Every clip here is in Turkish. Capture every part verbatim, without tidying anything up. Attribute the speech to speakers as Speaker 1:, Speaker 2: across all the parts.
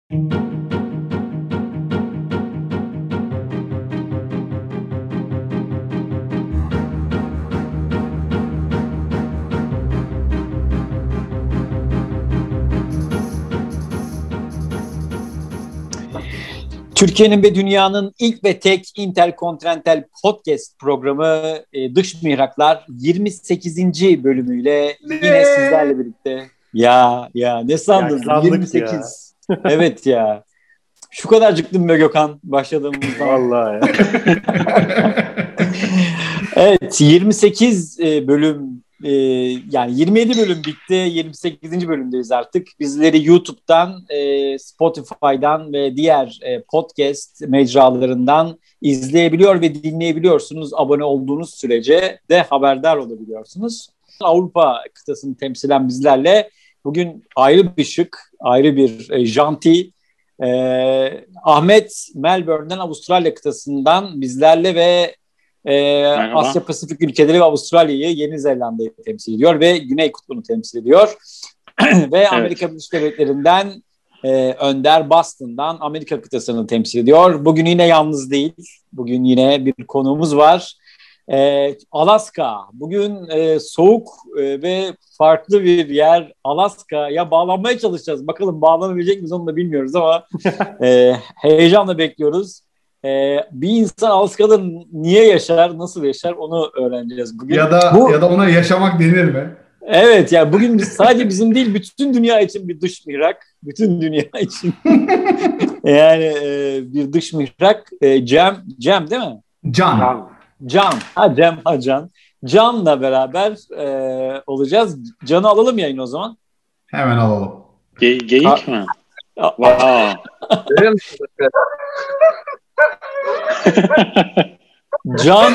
Speaker 1: Türkiye'nin ve dünyanın ilk ve tek interkontinental podcast programı e, Dış Mihraklar yirmi sekizinci bölümüyle
Speaker 2: ne?
Speaker 1: Yine sizlerle birlikte. Ya ya ne sandın? yirmi sekiz. Ya. Evet ya. Şu kadarcıktım be Gökhan başladığımızda.
Speaker 2: Vallahi ya.
Speaker 1: Evet, yirmi sekiz bölüm, yani yirmi yedi bölüm bitti, yirmi sekizinci bölümdeyiz artık. Bizleri YouTube'dan, Spotify'dan ve diğer podcast mecralarından izleyebiliyor ve dinleyebiliyorsunuz. Abone olduğunuz sürece de haberdar olabiliyorsunuz. Avrupa kıtasını temsilen bizlerle bugün ayrı bir şık, ayrı bir janti Ahmet Melbourne'den, Avustralya kıtasından bizlerle ve Ee, Asya Pasifik ülkeleri ve Avustralya'yı, Yeni Zelanda'yı temsil ediyor ve Güney Kutbu'nu temsil ediyor. Ve evet. Amerika Birleşik Devletleri'nden e, Önder Boston'dan Amerika kıtasını temsil ediyor. Bugün yine yalnız değil. Bugün yine bir konuğumuz var. E, Alaska. Bugün e, soğuk e, ve farklı bir yer, Alaska'ya bağlanmaya çalışacağız. Bakalım bağlanabilecek miyiz onu da bilmiyoruz ama e, heyecanla bekliyoruz. Ee, bir insan Alaska'da niye yaşar, nasıl yaşar onu öğreneceğiz bugün.
Speaker 3: Ya da Bu, ya da ona yaşamak denir mi?
Speaker 1: Evet, yani bugün biz, sadece bizim değil, bütün dünya için bir dış mihrak, bütün dünya için yani e, bir dış mihrak. E, Cem, Cem değil mi?
Speaker 3: Can.
Speaker 1: Can. Can. Ha Cem, ha Can. Can'la beraber e, olacağız. Can'ı alalım yayın o zaman.
Speaker 3: Hemen alalım.
Speaker 2: Ge- geyik ha. mi? Wow.
Speaker 1: Can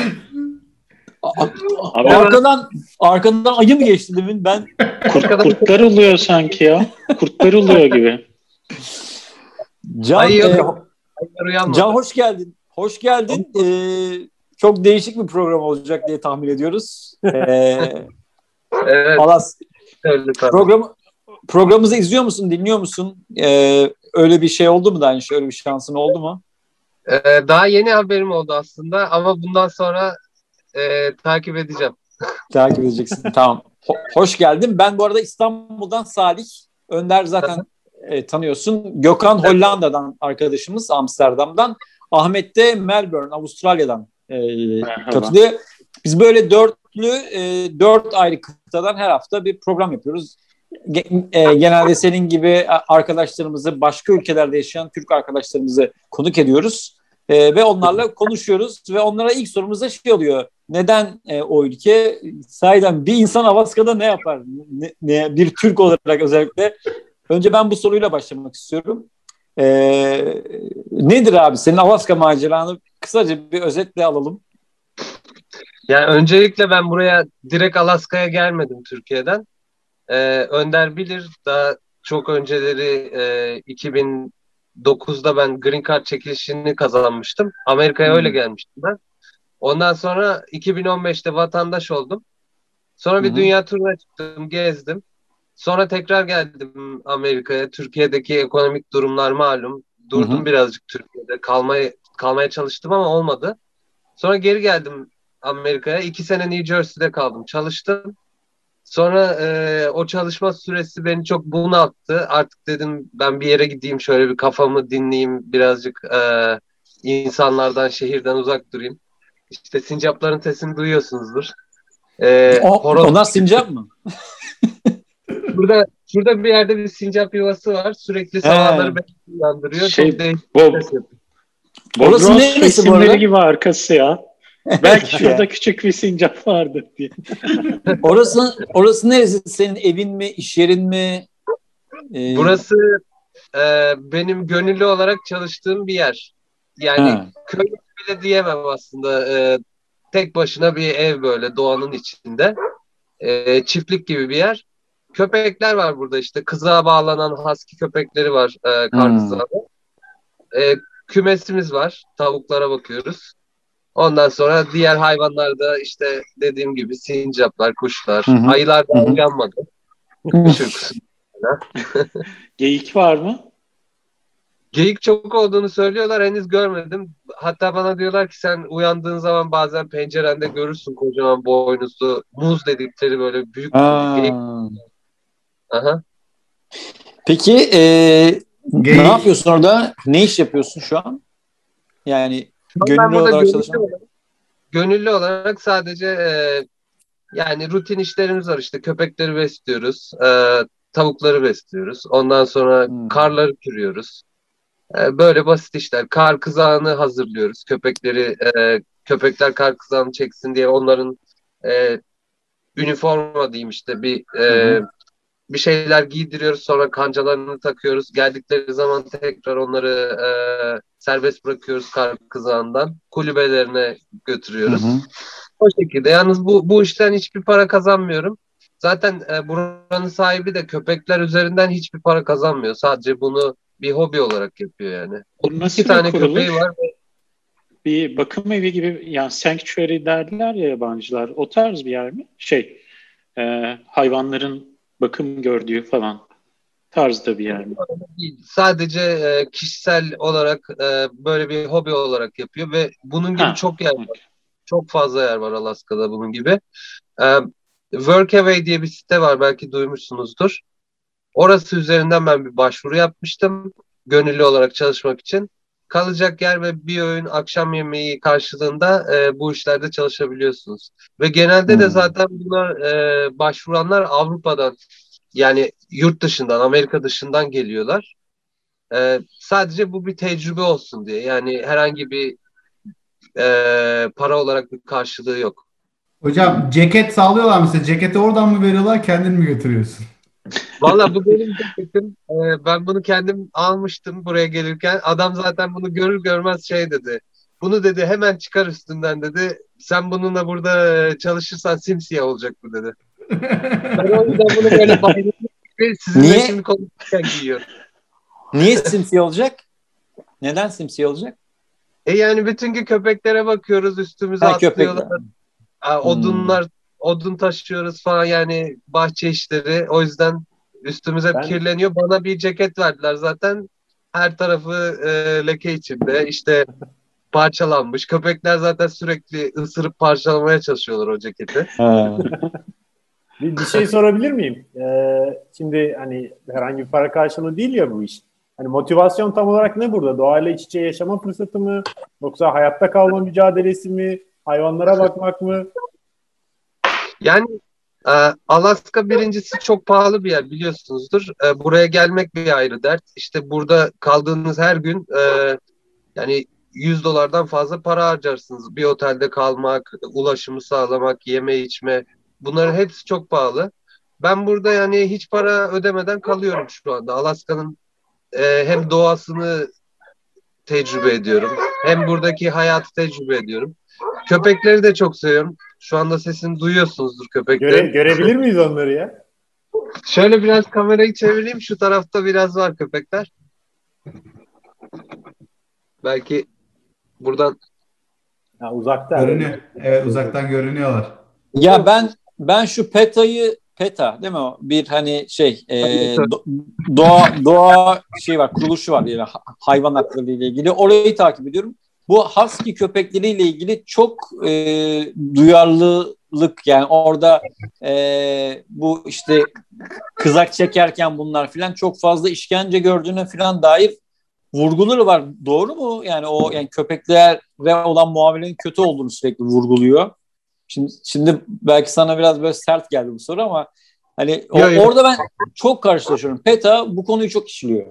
Speaker 1: Abi, arkadan arkadan ayı mı geçti demin ben?
Speaker 2: Kurt, kurtlar oluyor sanki ya. Kurtlar oluyor gibi.
Speaker 1: Can, e, Can hoş geldin. Hoş geldin. Ee, çok değişik bir program olacak diye tahmin ediyoruz. Ee,
Speaker 4: evet.
Speaker 1: Alas, program, programımızı izliyor musun, dinliyor musun? Ee, öyle bir şey oldu mu daha önce? Öyle bir şansın oldu mu?
Speaker 4: Ee, daha yeni haberim oldu aslında ama bundan sonra e, takip edeceğim.
Speaker 1: Takip edeceksin. Tamam. Ho- hoş geldin. Ben bu arada İstanbul'dan Salih. Önder zaten e, tanıyorsun. Gökhan Hollanda'dan arkadaşımız, Amsterdam'dan. Ahmet de Melbourne, Avustralya'dan e, katılıyor. Biz böyle dörtlü, e, dört ayrı kıtadan her hafta bir program yapıyoruz. E, genelde senin gibi arkadaşlarımızı, başka ülkelerde yaşayan Türk arkadaşlarımızı konuk ediyoruz. E, ve onlarla konuşuyoruz ve onlara ilk sorumuzda şey oluyor. Neden e, o ülke? Sahiden bir insan Alaska'da ne yapar? Ne, ne, bir Türk olarak özellikle. Önce ben bu soruyla başlamak istiyorum. E, nedir abi senin Alaska maceranı? Kısaca bir özetle alalım.
Speaker 4: Yani öncelikle ben buraya direkt Alaska'ya gelmedim Türkiye'den. Ee, Önder bilir, daha çok önceleri e, iki bin dokuzda ben Green Card çekilişini kazanmıştım. Amerika'ya hmm. öyle gelmiştim ben. Ondan sonra iki bin on beşte vatandaş oldum. Sonra bir hmm. dünya turuna çıktım, gezdim. Sonra tekrar geldim Amerika'ya. Türkiye'deki ekonomik durumlar malum. Durdum hmm. birazcık Türkiye'de. Kalmaya, kalmaya çalıştım ama olmadı. Sonra geri geldim Amerika'ya. İki sene New Jersey'de kaldım, çalıştım. Sonra e, o çalışma süresi beni çok bunalttı. Artık dedim ben bir yere gideyim, şöyle bir kafamı dinleyeyim, birazcık e, insanlardan, şehirden uzak durayım. İşte sincapların sesini duyuyorsunuzdur.
Speaker 1: E, o, horoz... Onlar sincap mı?
Speaker 4: Burada, şurada bir yerde bir sincap yuvası var. Sürekli sabahları beni uyandırıyor.
Speaker 2: Şey,
Speaker 4: çok değişik
Speaker 2: Bob,
Speaker 4: ses yapıyor.
Speaker 2: Orası neresi bu arada? Gibi arkası ya. Belki şurada küçük bir sincap vardır diye.
Speaker 1: Orası orası neresi? Senin evin mi, iş yerin mi?
Speaker 4: Ee... Burası e, benim gönüllü olarak çalıştığım bir yer. Yani ha. Köy bile diyemem aslında. E, tek başına bir ev böyle doğanın içinde. E, çiftlik gibi bir yer. Köpekler var burada işte. Kızığa bağlanan husky köpekleri var e, Karkızağ'da. Hmm. E, kümesimiz var. Tavuklara bakıyoruz. Ondan sonra diğer hayvanlar da işte dediğim gibi sincaplar, kuşlar, hı hı. ayılar da uyanmadı. Kış uykusu.
Speaker 2: Geyik var mı?
Speaker 4: Geyik çok olduğunu söylüyorlar. Henüz görmedim. Hatta bana diyorlar ki sen uyandığın zaman bazen pencerende görürsün kocaman boynuzlu muz dedikleri böyle büyük geyik.
Speaker 1: Ha.
Speaker 4: Aha.
Speaker 1: Peki e, ne
Speaker 3: Geyik.
Speaker 1: yapıyorsun orada? Ne iş yapıyorsun şu an? Yani
Speaker 4: Ben
Speaker 1: gönüllü
Speaker 4: burada
Speaker 1: olarak
Speaker 4: gönüllü
Speaker 1: çalışan.
Speaker 4: olarak, gönüllü olarak sadece e, yani rutin işlerimiz var işte köpekleri besliyoruz, e, tavukları besliyoruz. Ondan sonra
Speaker 1: Hmm.
Speaker 4: karları kürüyoruz. E, böyle basit işler. Kar kızağını hazırlıyoruz. Köpekleri e, köpekler kar kızağını çeksin diye onların e, üniforma diyeyim işte bir
Speaker 1: Hı
Speaker 4: e,
Speaker 1: hı.
Speaker 4: bir şeyler giydiriyoruz sonra kancalarını takıyoruz. Geldikleri zaman tekrar onları e, serbest bırakıyoruz kar kızağından. Kulübelerine
Speaker 1: Hı
Speaker 4: götürüyoruz.
Speaker 1: hı.
Speaker 4: O şekilde. Yalnız bu bu işten hiçbir para kazanmıyorum. Zaten e, buranın sahibi de köpekler üzerinden hiçbir para kazanmıyor. Sadece bunu bir hobi olarak yapıyor yani.
Speaker 2: Bu
Speaker 4: İki
Speaker 2: nasıl bir
Speaker 4: tane köpeği
Speaker 2: kuruluş?
Speaker 4: var.
Speaker 2: Bir bakım evi gibi, yani sanctuary derler ya yabancılar. O tarz bir yer mi? Şey, e, hayvanların bakım gördüğü falan tarzda bir yer mi?
Speaker 4: Sadece e, kişisel olarak e, böyle bir hobi olarak yapıyor ve bunun gibi
Speaker 2: Ha,
Speaker 4: çok yer var.
Speaker 2: okey.
Speaker 4: Çok fazla yer var Alaska'da bunun gibi. E, Workaway diye bir site var belki duymuşsunuzdur. Orası üzerinden ben bir başvuru yapmıştım gönüllü olarak çalışmak için. Kalacak yer ve bir öğün akşam yemeği karşılığında e, bu işlerde çalışabiliyorsunuz. Ve genelde de
Speaker 1: Hmm.
Speaker 4: zaten bunlar e, başvuranlar Avrupa'dan yani yurt dışından, Amerika dışından geliyorlar. E, sadece bu bir tecrübe olsun diye. Yani herhangi bir e, para olarak bir karşılığı yok.
Speaker 3: Hocam ceket sağlıyorlar mı size? Ceketi oradan mı veriyorlar, kendin mi götürüyorsun?
Speaker 4: Valla bu benim ceketim. Ee, ben bunu kendim almıştım buraya gelirken. Adam zaten bunu görür görmez şey dedi. Bunu dedi hemen çıkar üstünden dedi. Sen bununla burada e, çalışırsan simsiyah olacak bu dedi. Ben o yüzden bunu böyle bayramlık gibi sizinle
Speaker 1: Niye
Speaker 4: şimdi konuşurken giyiyorum.
Speaker 1: niye simsiyah olacak? Neden simsiyah olacak?
Speaker 4: E yani bütün gün köpeklere bakıyoruz üstümüze
Speaker 1: Ha,
Speaker 4: atlıyorlar.
Speaker 1: köpekler.
Speaker 4: Aa,
Speaker 1: Hmm.
Speaker 4: odunlar, odun taşıyoruz falan yani bahçe işleri. O yüzden üstümüz hep
Speaker 5: Ben
Speaker 4: kirleniyor. Bana bir ceket verdiler zaten. Her tarafı e, leke içinde. İşte parçalanmış. Köpekler zaten sürekli ısırıp parçalamaya çalışıyorlar o ceketi.
Speaker 1: Ha.
Speaker 5: bir, bir şey sorabilir miyim? Ee, şimdi hani herhangi bir para karşılığı değil ya bu iş. Hani motivasyon tam olarak ne burada? Doğayla iç içe yaşama fırsatı mı? Yoksa hayatta kalma mücadelesi mi? Hayvanlara bakmak mı?
Speaker 4: Yani e, Alaska birincisi çok pahalı bir yer biliyorsunuzdur. E, buraya gelmek bir ayrı dert. İşte burada kaldığınız her gün e, yani yüz dolardan fazla para harcarsınız. Bir otelde kalmak, ulaşımı sağlamak, yeme içme bunların hepsi çok pahalı. Ben burada yani hiç para ödemeden kalıyorum şu anda. Alaska'nın e, hem doğasını tecrübe ediyorum. Hem buradaki hayatı tecrübe ediyorum. Köpekleri de çok seviyorum. Şu anda sesini duyuyorsunuzdur
Speaker 5: Göre,
Speaker 4: köpeklerin.
Speaker 5: görebilir miyiz onları ya?
Speaker 4: Şöyle biraz kamerayı çevireyim. Şu tarafta biraz var köpekler. Belki buradan
Speaker 5: Ha, uzakta.
Speaker 3: Görünüyor. Evet, uzaktan görünüyorlar.
Speaker 1: Ya ben ben şu PETA'yı PETA değil mi o? Bir hani şey e, do- doğa doğa şey var, kuruluşu var yani ha- hayvan hakları ile ilgili. Orayı takip ediyorum. Bu husky köpekleriyle ilgili çok e, duyarlılık yani orada e, bu işte kızak çekerken bunlar filan çok fazla işkence gördüğüne filan dair vurguları var. Doğru mu? Yani o yani köpeklere olan muamelenin kötü olduğunu sürekli vurguluyor. Şimdi, şimdi belki sana biraz böyle sert geldi bu soru ama hani o,
Speaker 4: Yo, yo.
Speaker 1: orada ben çok karşılaşıyorum. PETA bu konuyu çok işliyor.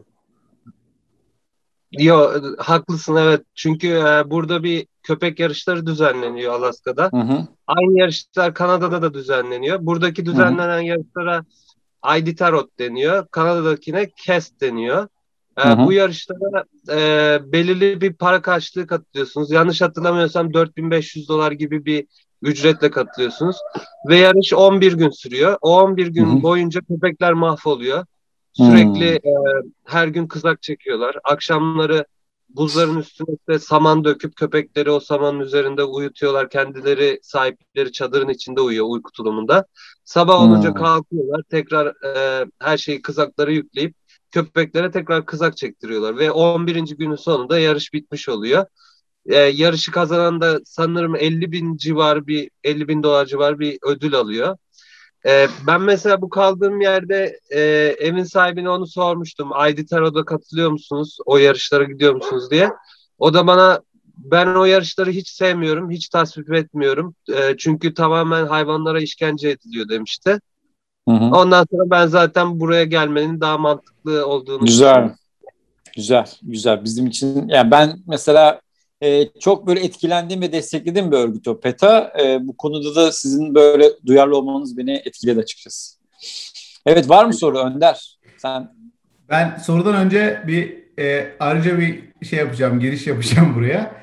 Speaker 4: Yo, haklısın evet. Çünkü e, burada bir köpek yarışları düzenleniyor Alaska'da.
Speaker 1: Hı hı.
Speaker 4: Aynı yarışlar Kanada'da da düzenleniyor. Buradaki
Speaker 1: Hı hı.
Speaker 4: düzenlenen yarışlara Iditarod deniyor. Kanada'dakine Cast deniyor. E,
Speaker 1: Hı hı.
Speaker 4: bu yarışlara e, belirli bir para karşılığı katılıyorsunuz. Yanlış hatırlamıyorsam dört bin beş yüz dolar gibi bir ücretle katılıyorsunuz. Ve yarış on bir gün sürüyor. O on bir
Speaker 1: Hı hı.
Speaker 4: gün boyunca köpekler mahvoluyor.
Speaker 1: Hı.
Speaker 4: Sürekli e, her gün kızak çekiyorlar. Akşamları buzların üstüne işte saman döküp köpekleri o samanın üzerinde uyutuyorlar. Kendileri sahipleri çadırın içinde uyuyor uyku tulumunda. Sabah olunca
Speaker 1: Hı.
Speaker 4: kalkıyorlar. Tekrar e, her şeyi kızaklara yükleyip köpeklere tekrar kızak çektiriyorlar ve on birinci günün sonunda yarış bitmiş oluyor. Ee, yarışı kazanan da sanırım elli bin civarı bir elli bin dolar civarı bir ödül alıyor. Ee, ben mesela bu kaldığım yerde e, evin sahibine onu sormuştum. Aidi Taro'da katılıyor musunuz? O yarışlara gidiyor musunuz diye. O da bana ben o yarışları hiç sevmiyorum, hiç tasvip etmiyorum. E, çünkü tamamen hayvanlara işkence ediliyor demişti.
Speaker 1: Hı hı.
Speaker 4: Ondan sonra ben zaten buraya gelmenin daha mantıklı olduğunu
Speaker 1: Güzel.
Speaker 4: düşünüyorum.
Speaker 1: Güzel, güzel. Bizim için yani ben mesela e, çok böyle etkilendiğim ve desteklediğim bir örgüt o PETA. E, bu konuda da sizin böyle duyarlı olmanız beni etkiledi açıkçası. Evet, var mı soru Önder? Sen
Speaker 3: Ben sorudan önce bir e, ayrıca bir şey yapacağım, giriş yapacağım buraya.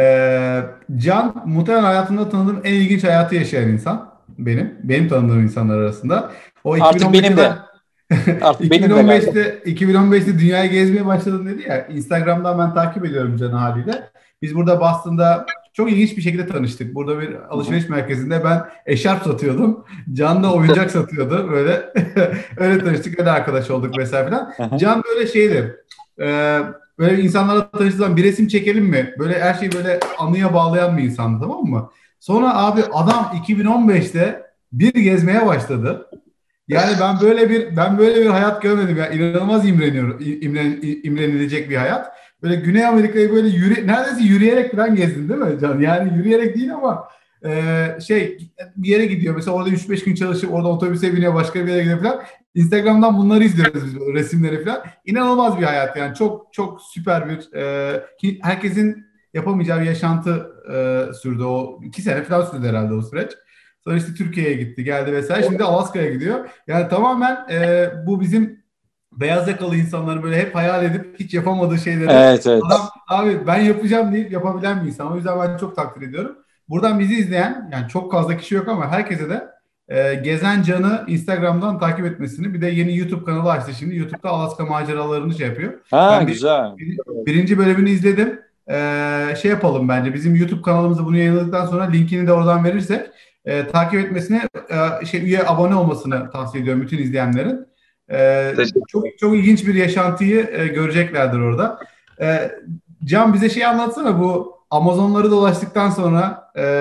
Speaker 3: E, Can muhtemelen hayatımda tanıdığım en ilginç hayatı yaşayan insan benim. Benim tanıdığım insanlar arasında. O
Speaker 1: artık benim de. Artık benim de galiba.
Speaker 3: iki bin on beşte iki bin on beşte dünyayı gezmeye başladım dedi ya. Instagram'dan ben takip ediyorum Can'ı haliyle. Biz burada Boston'da çok ilginç bir şekilde tanıştık. Burada bir alışveriş merkezinde ben eşarp satıyordum. Can da oyuncak satıyordu. Böyle öyle tanıştık, öyle arkadaş olduk vesaire falan. Can böyle şeydi. E, böyle insanlarla tanıştığı zaman bir resim çekelim mi? Böyle her şeyi böyle anıya bağlayan bir insandı, tamam mı? Sonra abi adam iki bin on beşte bir gezmeye başladı. Yani ben böyle bir ben böyle bir hayat görmedim ya. İnanılmaz imreniyorum. İmren, imrenilecek bir hayat. Böyle Güney Amerika'yı böyle yürü, neredeyse yürüyerek falan gezdin değil mi Can? Yani yürüyerek değil ama e, şey bir yere gidiyor. Mesela orada üç beş gün çalışıp orada otobüse biniyor, başka bir yere gidiyor falan. Instagram'dan bunları izliyoruz biz, resimleri falan. İnanılmaz bir hayat yani. Çok çok süper bir e, herkesin yapamayacağı bir yaşantı e, sürdü o. iki sene falan sürdü herhalde o süreç. Sonra işte Türkiye'ye gitti, geldi vesaire. Şimdi Alaska'ya gidiyor. Yani tamamen e, bu bizim beyaz yakalı insanların böyle hep hayal edip hiç yapamadığı şeyleri
Speaker 1: evet, evet.
Speaker 3: adam abi ben yapacağım deyip yapabilen bir insan. O yüzden ben çok takdir ediyorum. Buradan bizi izleyen, yani çok fazla kişi yok ama herkese de e, Gezen Can'ı Instagram'dan takip etmesini, bir de yeni YouTube kanalı açtı şimdi. YouTube'da Alaska maceralarını şey yapıyor.
Speaker 1: Ha,
Speaker 3: ben bir,
Speaker 1: güzel.
Speaker 3: Bir, birinci bölümünü izledim. E, şey yapalım bence, bizim YouTube kanalımızı bunu yayınladıktan sonra linkini de oradan verirsek E, takip etmesine, e, şey üye abone olmasını tavsiye ediyorum bütün izleyenlerin. E, çok çok ilginç bir yaşantıyı e, göreceklerdir orada. E, Can bize şey anlatsana, bu Amazonları dolaştıktan sonra e,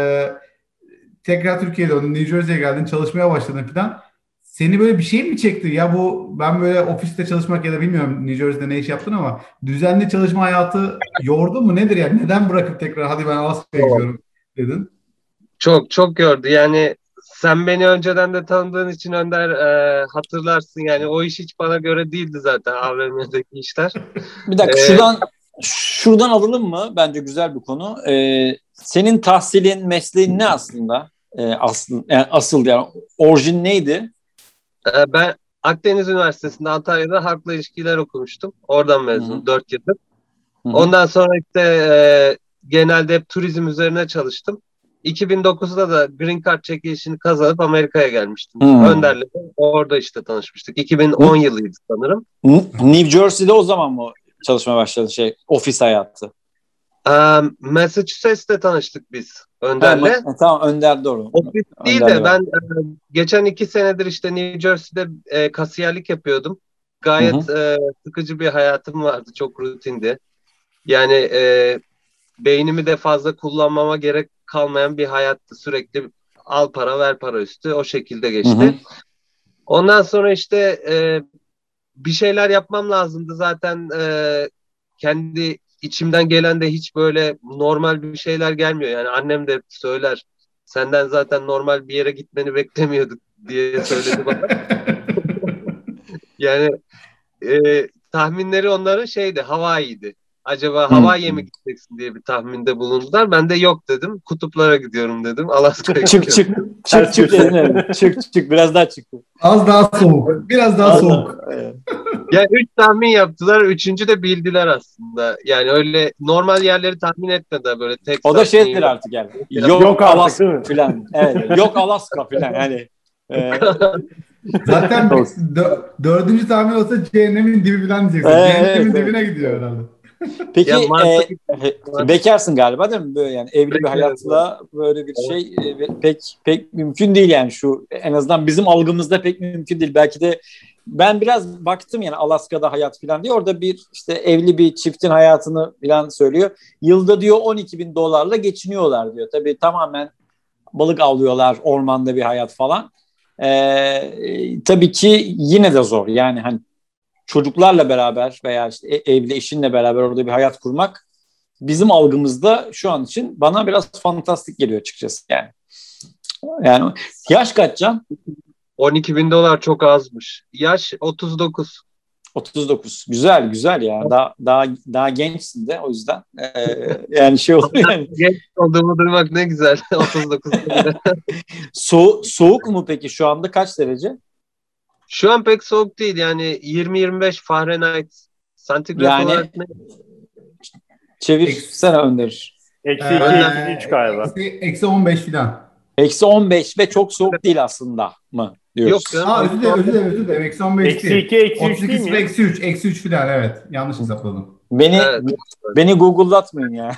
Speaker 3: tekrar Türkiye'ye döndün, New Jersey'ye geldin, çalışmaya başladın falan. Seni böyle bir şey mi çekti? Ya bu ben böyle ofiste çalışmak ya da bilmiyorum New Jersey'de ne iş yaptın ama düzenli çalışma hayatı yordu mu, nedir yani? Neden bırakıp tekrar hadi ben Alaska'ya gidiyorum dedin?
Speaker 4: Çok çok gördü. Yani sen beni önceden de tanıdığın için Önder e, hatırlarsın. Yani o iş hiç bana göre değildi zaten, A V M'deki işler.
Speaker 1: Bir dakika
Speaker 4: ee,
Speaker 1: şuradan şuradan alalım mı? Bence güzel bir konu. Ee, senin tahsilin, mesleğin ne aslında? Ee, aslında yani asıl yani orijin neydi?
Speaker 4: E, ben Akdeniz Üniversitesi'nde Antalya'da halkla ilişkiler okumuştum. Oradan mezunum dört yıldır. Hı-hı. Ondan sonra işte e, genelde hep turizm üzerine çalıştım. iki bin dokuzda da Green Card çekilişini kazanıp Amerika'ya gelmiştim. Hmm. Önder'le orada işte tanışmıştık. iki bin on hmm. yılıydı sanırım.
Speaker 1: New Jersey'de o zaman mı çalışmaya başladı şey ofis hayatı?
Speaker 4: Um, Massachusetts'te tanıştık biz Önder'le.
Speaker 1: Ha, tamam, Önder doğru.
Speaker 4: Ofis değil de ben e, geçen iki senedir işte New Jersey'de e, kasiyerlik yapıyordum. Gayet e, sıkıcı bir hayatım vardı. Çok rutindi. Yani e, beynimi de fazla kullanmama gerek kalmayan bir hayattı. Sürekli al para ver para üstü, o şekilde geçti. Hı hı. Ondan sonra işte e, bir şeyler yapmam lazımdı zaten. E, kendi içimden gelen de hiç böyle normal bir şeyler gelmiyor. Yani annem de söyler, senden zaten normal bir yere gitmeni beklemiyorduk diye söyledi bana. Yani e, tahminleri onların şeydi, Hawaii'ydi. Acaba Hawaii'ye mi gideceksin diye bir tahminde bulundular. Ben de yok dedim. Kutuplara gidiyorum dedim. Alaska'ya
Speaker 1: çık,
Speaker 4: gidiyorum.
Speaker 1: Çık çık çık çık çık çık biraz daha çık.
Speaker 3: Az daha soğuk. Biraz daha
Speaker 1: Az
Speaker 3: soğuk.
Speaker 1: Daha, evet.
Speaker 4: Yani üç tahmin yaptılar. Üçüncü de bildiler aslında. Yani öyle normal yerleri tahmin etmediler böyle. Texas,
Speaker 1: o da şeydir artık yani. Yok, yok Alaska falan. Evet. Yok Alaska falan yani. E,
Speaker 3: Zaten dö- dördüncü tahmin olsa cehennemin dibi falan diyeceksin.
Speaker 1: Evet,
Speaker 3: cehennemin
Speaker 1: evet,
Speaker 3: dibine
Speaker 1: evet.
Speaker 3: gidiyor herhalde.
Speaker 1: Peki e, bekarsın galiba değil mi? Böyle yani evli bir hayatla böyle bir şey e, pek pek mümkün değil yani, şu en azından bizim algımızda pek mümkün değil. Belki de ben biraz baktım yani Alaska'da hayat falan diye. Orada bir işte evli bir çiftin hayatını falan söylüyor. Yılda diyor on iki bin dolarla geçiniyorlar diyor. Tabii tamamen balık avlıyorlar, ormanda bir hayat falan. Ee, tabii ki yine de zor. Yani hani çocuklarla beraber veya işte evli eşinle beraber orada bir hayat kurmak bizim algımızda şu an için bana biraz fantastik geliyor açıkçası yani. Yani yaş kaç Can?
Speaker 4: on iki bin dolar çok azmış. Yaş otuz dokuz.
Speaker 1: otuz dokuz. Güzel güzel ya. Daha daha daha gençsin de o yüzden. Ee, yani şey oluyor yani.
Speaker 4: Genç olduğumu duymak ne güzel. otuz dokuz.
Speaker 1: So soğuk mu peki şu anda kaç derece?
Speaker 4: Şu an pek soğuk değil yani yirmi yirmi beş Fahrenheit. Santigrat
Speaker 1: Yani
Speaker 4: olarak ne?
Speaker 1: çevirsene Önder.
Speaker 5: Eksi
Speaker 3: Ee,
Speaker 5: iki, eksi üç galiba.
Speaker 3: Eksi, eksi on beş falan.
Speaker 1: Eksi on beş ve çok soğuk değil aslında mı diyoruz?
Speaker 4: Yok canım.
Speaker 3: Aa özür dilerim, özür dilerim, özür dilerim. Eksi on beş
Speaker 5: Eksi
Speaker 3: değil.
Speaker 5: iki, eksi üç
Speaker 3: otuz iki
Speaker 5: değil mi ya?
Speaker 3: eksi üç, eksi üç falan evet. Yanlış hesapladım.
Speaker 1: Beni
Speaker 4: Evet.
Speaker 1: beni Google'latmayın ya.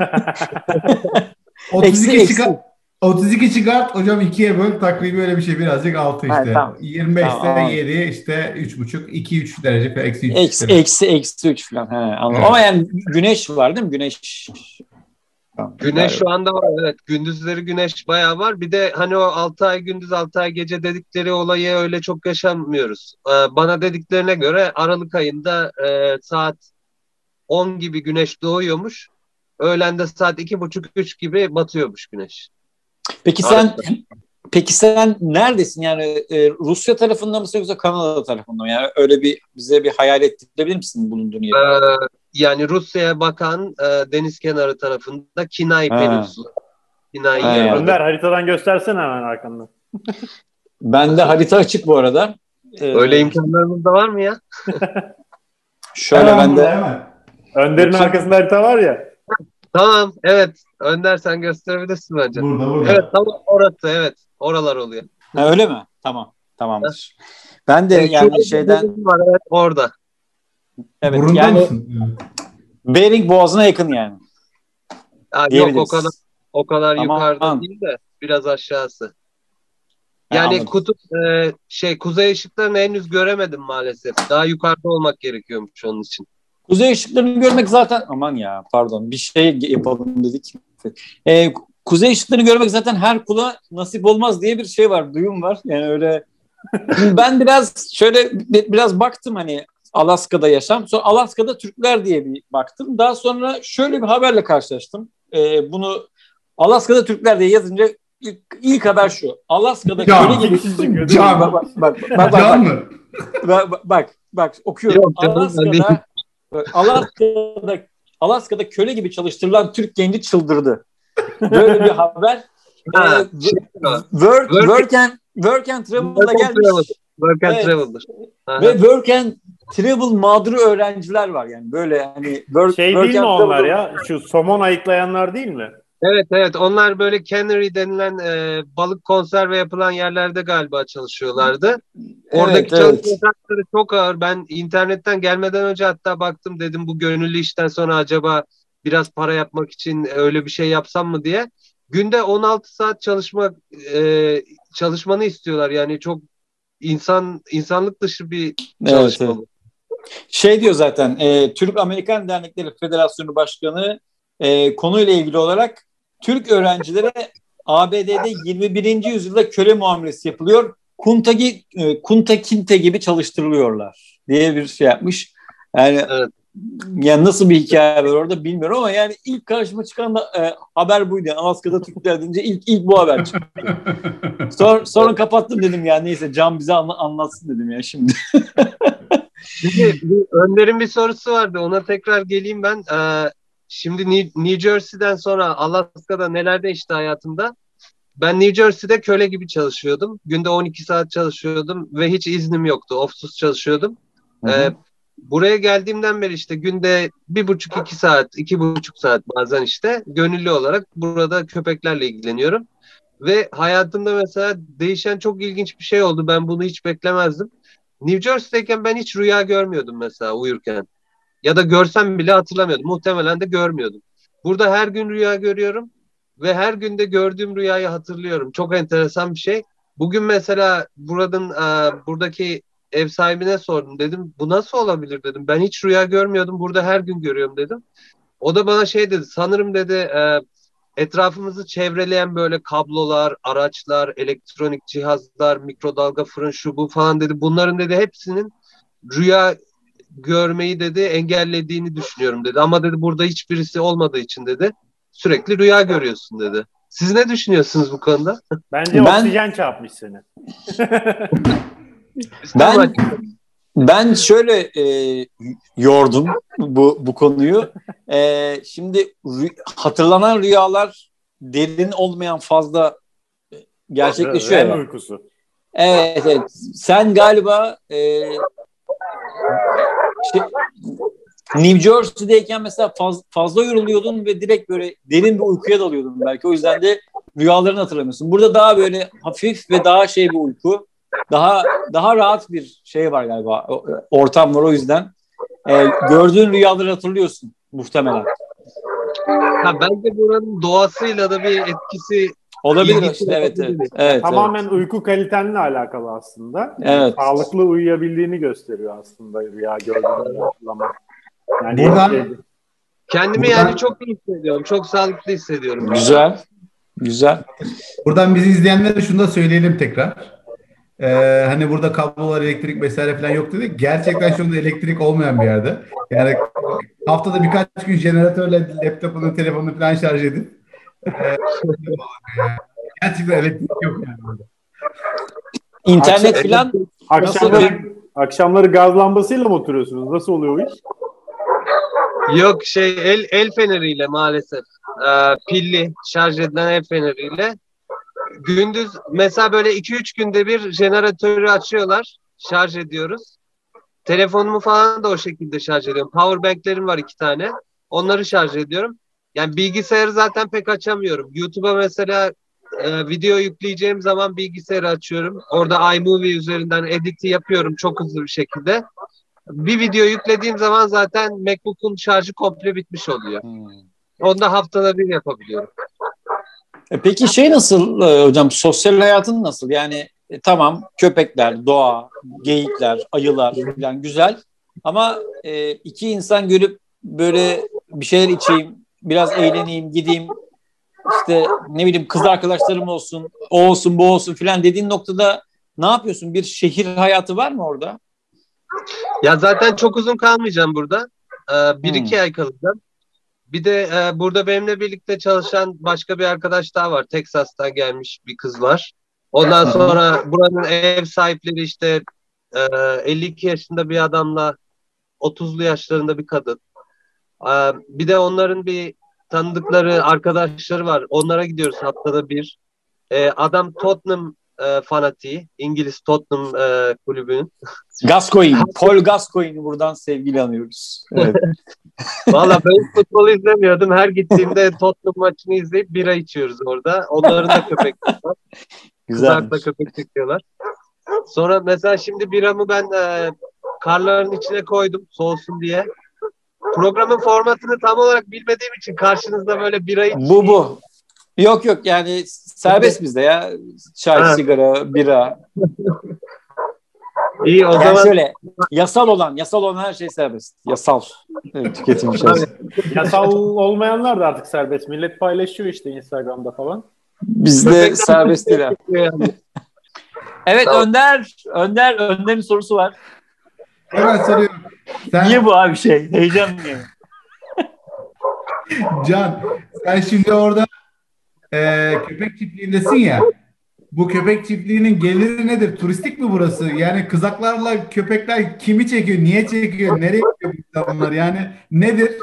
Speaker 3: otuz iki
Speaker 1: Eksi,
Speaker 3: çıkar,
Speaker 1: eksi.
Speaker 3: otuz iki çıkart hocam ikiye böl takribi öyle bir şey birazcık altı
Speaker 1: Ha,
Speaker 3: işte.
Speaker 1: tamam.
Speaker 3: yirmi beş ise
Speaker 1: Tamam.
Speaker 3: yedi işte üç buçuk, iki üç derece falan eksi üç.
Speaker 1: Eksi,
Speaker 3: işte.
Speaker 1: eksi, eksi üç falan. He, anladım.
Speaker 3: Evet.
Speaker 1: Ama yani güneş var değil mi? Güneş. Tamam,
Speaker 4: Güneş şu anda var, evet. Gündüzleri güneş bayağı var. Bir de hani o altı ay gündüz altı ay gece dedikleri olayı öyle çok yaşamıyoruz. Ee, bana dediklerine göre Aralık ayında e, saat on gibi güneş doğuyormuş. Öğlende saat iki buçuk üç gibi batıyormuş güneş.
Speaker 1: Peki sen peki sen neredesin? Yani e, Rusya tarafında mısın yoksa Kanada tarafında mı? Yani öyle bir bize bir hayal ettirebilir misin bulunduğun yeri?
Speaker 4: Ee, yani Rusya'ya bakan e, deniz kenarı tarafında Kinay
Speaker 1: Ha.
Speaker 4: Peninsula. Kinay
Speaker 1: Ha,
Speaker 4: Yarımada.
Speaker 5: Önder haritadan göstersene hemen arkandan.
Speaker 1: Bende harita açık bu arada. Ee,
Speaker 4: Öyle imkanlarımız da var mı ya?
Speaker 1: Şöyle
Speaker 3: Hemen burada,
Speaker 1: bende
Speaker 3: hemen.
Speaker 5: Önder'in
Speaker 1: Yoksa-
Speaker 5: arkasında harita var ya.
Speaker 4: Tamam, evet. Önder sen gösterebilirsin bence.
Speaker 3: Burada burada.
Speaker 4: Evet, tamam orası, evet. Oralar oluyor.
Speaker 1: ha, öyle mi? Tamam. Tamamdır. Ben de
Speaker 4: Evet,
Speaker 1: yani
Speaker 4: şurada
Speaker 1: şeyden
Speaker 4: bir var, evet, orada.
Speaker 1: evet
Speaker 3: Burunda
Speaker 1: yani
Speaker 3: mısın?
Speaker 1: Bering Boğazı'na yakın yani.
Speaker 4: Ha, yok
Speaker 1: Diyebiliriz.
Speaker 4: o kadar o kadar
Speaker 1: Aman.
Speaker 4: yukarıda değil de biraz aşağısı.
Speaker 1: Ha,
Speaker 4: Yani
Speaker 1: anladım.
Speaker 4: kutup e, şey kuzey ışıklarını henüz göremedim maalesef. Daha yukarıda olmak gerekiyormuş onun için.
Speaker 1: Kuzey ışıklarını görmek zaten aman ya pardon bir şey yapalım dedik. Ee, kuzey ışıklarını görmek zaten her kula nasip olmaz diye bir şey var, duyum var. Yani öyle ben biraz şöyle bir- biraz baktım hani Alaska'da yaşam. Sonra Alaska'da Türkler diye bir baktım. Daha sonra şöyle bir haberle karşılaştım. Ee, bunu Alaska'da Türkler diye yazınca ilk, ilk haber şu. Alaska'da
Speaker 3: Can.
Speaker 1: köle gibi
Speaker 5: Çıkıyor, değil mi?
Speaker 3: Can.
Speaker 1: bak bak bak bak bak,
Speaker 3: Can
Speaker 1: bak.
Speaker 3: mı?
Speaker 1: Bak, bak, bak, bak okuyorum.
Speaker 4: Yok canım, ben değilim.
Speaker 1: Alaska'da Alaska'da Alaska'da köle gibi çalıştırılan Türk genci çıldırdı. Böyle bir haber.
Speaker 4: Ha,
Speaker 1: Ee,
Speaker 4: şey var.
Speaker 1: work,
Speaker 4: Work-
Speaker 1: work and Work and Travel'da
Speaker 4: Work and
Speaker 1: gelmiş.
Speaker 4: Travel. Work and
Speaker 1: Evet.
Speaker 4: Travel'dır. Aha.
Speaker 1: Ve Work and Travel mağduru öğrenciler var yani böyle hani work,
Speaker 5: Şey
Speaker 1: work
Speaker 5: değil mi
Speaker 1: and
Speaker 5: onlar
Speaker 1: travel-
Speaker 5: ya? Şu somon ayıklayanlar değil mi?
Speaker 4: Evet evet onlar böyle cannery denilen e, balık konserve yapılan yerlerde galiba çalışıyorlardı. Oradaki
Speaker 1: Evet,
Speaker 4: çalışma
Speaker 1: evet.
Speaker 4: şartları çok ağır. Ben internetten gelmeden önce hatta baktım dedim bu gönüllü işten sonra acaba biraz para yapmak için öyle bir şey yapsam mı diye. Günde on altı saat çalışma e, çalışmanı istiyorlar. Yani çok insan insanlık dışı bir çalışma
Speaker 1: Evet,
Speaker 4: bu.
Speaker 1: Şey diyor zaten e, Türk Amerikan Dernekleri Federasyonu Başkanı e, konuyla ilgili olarak Türk öğrencilere A B D'de yirmi birinci yüzyılda köle muamelesi yapılıyor. Kuntagi, e, Kunta Kinte gibi çalıştırılıyorlar diye bir şey yapmış. Yani
Speaker 4: Evet.
Speaker 1: yani nasıl bir hikaye var orada bilmiyorum ama yani ilk karşıma çıkan da e, haber buydu. Yani Alaska'da Türkler deyince ilk ilk bu haber çıktı. Sonra, sonra kapattım dedim ya neyse Can bize anla, anlatsın dedim ya şimdi.
Speaker 4: Şimdi bir- Önder'in bir sorusu vardı. Ona tekrar geleyim ben. Ee, şimdi New, New Jersey'den sonra Alaska'da neler değişti hayatımda? Ben New Jersey'de köle gibi çalışıyordum. Günde on iki saat çalışıyordum ve hiç iznim yoktu. Ofsuz çalışıyordum.
Speaker 1: Hı hı.
Speaker 4: Ee, buraya geldiğimden beri işte günde bir buçuk iki saat, iki buçuk saat bazen işte gönüllü olarak burada köpeklerle ilgileniyorum. Ve hayatımda mesela değişen çok ilginç bir şey oldu. Ben bunu hiç beklemezdim. New Jersey'deyken ben hiç rüya görmüyordum mesela uyurken. Ya da görsem bile hatırlamıyordum. Muhtemelen de görmüyordum. Burada her gün rüya görüyorum ve her günde gördüğüm rüyayı hatırlıyorum. Çok enteresan bir şey. Bugün mesela buranın e, buradaki ev sahibine sordum. Dedim bu nasıl olabilir dedim. Ben hiç rüya görmüyordum. Burada her gün görüyorum dedim. O da bana şey dedi. Sanırım dedi e, etrafımızı çevreleyen böyle kablolar, araçlar, elektronik cihazlar, mikrodalga fırın şu bu falan dedi. Bunların dedi hepsinin rüya görmeyi dedi engellediğini düşünüyorum dedi. Ama dedi burada hiçbirisi olmadığı için dedi sürekli rüya görüyorsun dedi. Siz ne düşünüyorsunuz bu konuda?
Speaker 5: Bence
Speaker 1: Ben-
Speaker 5: oksijen çarpmış seni.
Speaker 1: Ben ben şöyle e, yordum bu bu konuyu. E, şimdi rü- hatırlanan rüyalar derin olmayan fazla gerçekleşiyor.
Speaker 5: REM
Speaker 1: ya.
Speaker 5: uykusu.
Speaker 1: Evet, evet. Sen galiba e, şey, New Jersey'deyken mesela faz, fazla yoruluyordun ve direkt böyle derin bir uykuya dalıyordun belki. O yüzden de rüyalarını hatırlamıyorsun. Burada daha böyle hafif ve daha şey bir uyku. Daha daha rahat bir şey var galiba. O- Ortam var o yüzden. E, gördüğün rüyaları hatırlıyorsun muhtemelen.
Speaker 4: Ha, bence buranın doğasıyla da bir etkisi
Speaker 1: Olabilir
Speaker 4: İlginç
Speaker 1: işte, evet, evet.
Speaker 4: olabilir.
Speaker 1: Evet,
Speaker 5: Tamamen uyku kalitenle alakalı aslında. Yani
Speaker 1: Evet.
Speaker 5: sağlıklı uyuyabildiğini gösteriyor aslında rüya gördüğünü hatırlamak. Yani
Speaker 3: Buradan-
Speaker 5: şey-
Speaker 4: kendimi
Speaker 3: Buradan-
Speaker 4: yani çok iyi hissediyorum. Çok sağlıklı hissediyorum.
Speaker 1: evet. Güzel. Güzel.
Speaker 3: Buradan bizi izleyenlere şunu da söyleyelim tekrar. Ee, hani burada kablolar, elektrik vesaire falan yok dedik. Gerçekten şu anda elektrik olmayan bir yerde. Yani haftada birkaç gün jeneratörle laptopunu, telefonunu falan şarj edip e, gerçekten elektrik yok yani burada.
Speaker 1: İnternet
Speaker 5: Akşam-
Speaker 1: falan
Speaker 5: akşamları, akşamları gaz lambasıyla mı oturuyorsunuz? Nasıl oluyor o iş?
Speaker 4: Yok şey el el feneriyle maalesef. Ee, pilli şarj edilen el feneriyle. Gündüz mesela böyle iki üç günde bir jeneratörü açıyorlar. Şarj ediyoruz. Telefonumu falan da o şekilde şarj ediyorum. Powerbanklerim var iki tane. Onları şarj ediyorum. Yani bilgisayarı zaten pek açamıyorum. YouTube'a mesela e, video yükleyeceğim zaman bilgisayarı açıyorum. Orada iMovie üzerinden editi yapıyorum çok hızlı bir şekilde. Bir video yüklediğim zaman zaten MacBook'un şarjı komple bitmiş oluyor.
Speaker 1: Hmm.
Speaker 4: Onu da haftada bir yapabiliyorum.
Speaker 1: E peki şey nasıl e, hocam, sosyal hayatın nasıl? Yani e, tamam, köpekler, doğa, geyikler, ayılar falan güzel ama e, iki insan görüp böyle bir şeyler içeyim, biraz eğleneyim, gideyim, işte ne bileyim kız arkadaşlarım olsun, o olsun, bu olsun falan dediğin noktada ne yapıyorsun? Bir şehir hayatı var mı orada?
Speaker 4: Ya zaten çok uzun kalmayacağım burada. Ee, bir iki
Speaker 1: Hmm.
Speaker 4: ay kalacağım. Bir de e, burada benimle birlikte çalışan başka bir arkadaş daha var. Texas'tan gelmiş bir kız var. Ondan sonra buranın ev sahipleri işte e, elli iki yaşında bir adamla otuzlu yaşlarında bir kadın. E, bir de onların bir tanıdıkları arkadaşları var. Onlara gidiyoruz haftada bir. E, adam Tottenham e, fanatiği. İngiliz Tottenham e, kulübünün.
Speaker 1: Gascoigne, Paul Gascoigne'i buradan sevgiyle anıyoruz. Evet.
Speaker 4: Valla ben futbol izlemiyordum. Her gittiğimde Tottenham maçını izleyip bira içiyoruz orada. Onların da köpekleri var. Kızartma
Speaker 1: Güzelmiş.
Speaker 4: köpek çekiyorlar. Sonra mesela şimdi biramı ben e, karların içine koydum soğusun diye. Programın formatını tam olarak bilmediğim için karşınızda böyle birayı
Speaker 1: Bu bu. Yok yok, yani serbest bizde ya. Çay,
Speaker 4: Ha.
Speaker 1: sigara, bira.
Speaker 4: iyi o
Speaker 1: Yani
Speaker 4: zaman
Speaker 1: şöyle yasal olan, yasal olan her şey serbest. Yasal. Evet, tüketim içerisinde.
Speaker 5: Yasal olmayanlar da artık serbest. Millet paylaşıyor işte Instagram'da falan.
Speaker 1: Bizde
Speaker 4: Köpekler-
Speaker 1: serbest değil. ha.
Speaker 4: yani.
Speaker 1: Evet,
Speaker 4: Tamam.
Speaker 1: Önder, Önder, Önder'in sorusu var.
Speaker 3: Hemen soruyorum. Sen,
Speaker 1: Niye bu abi şey? Heyecan niye?
Speaker 3: Can, sen şimdi orada e, köpek çiftliğindesin ya. Bu köpek çiftliğinin geliri nedir? Turistik mi burası? Yani kızaklarla köpekler kimi çekiyor? Niye çekiyor? Nereye gidiyor bu insanlar? Yani nedir?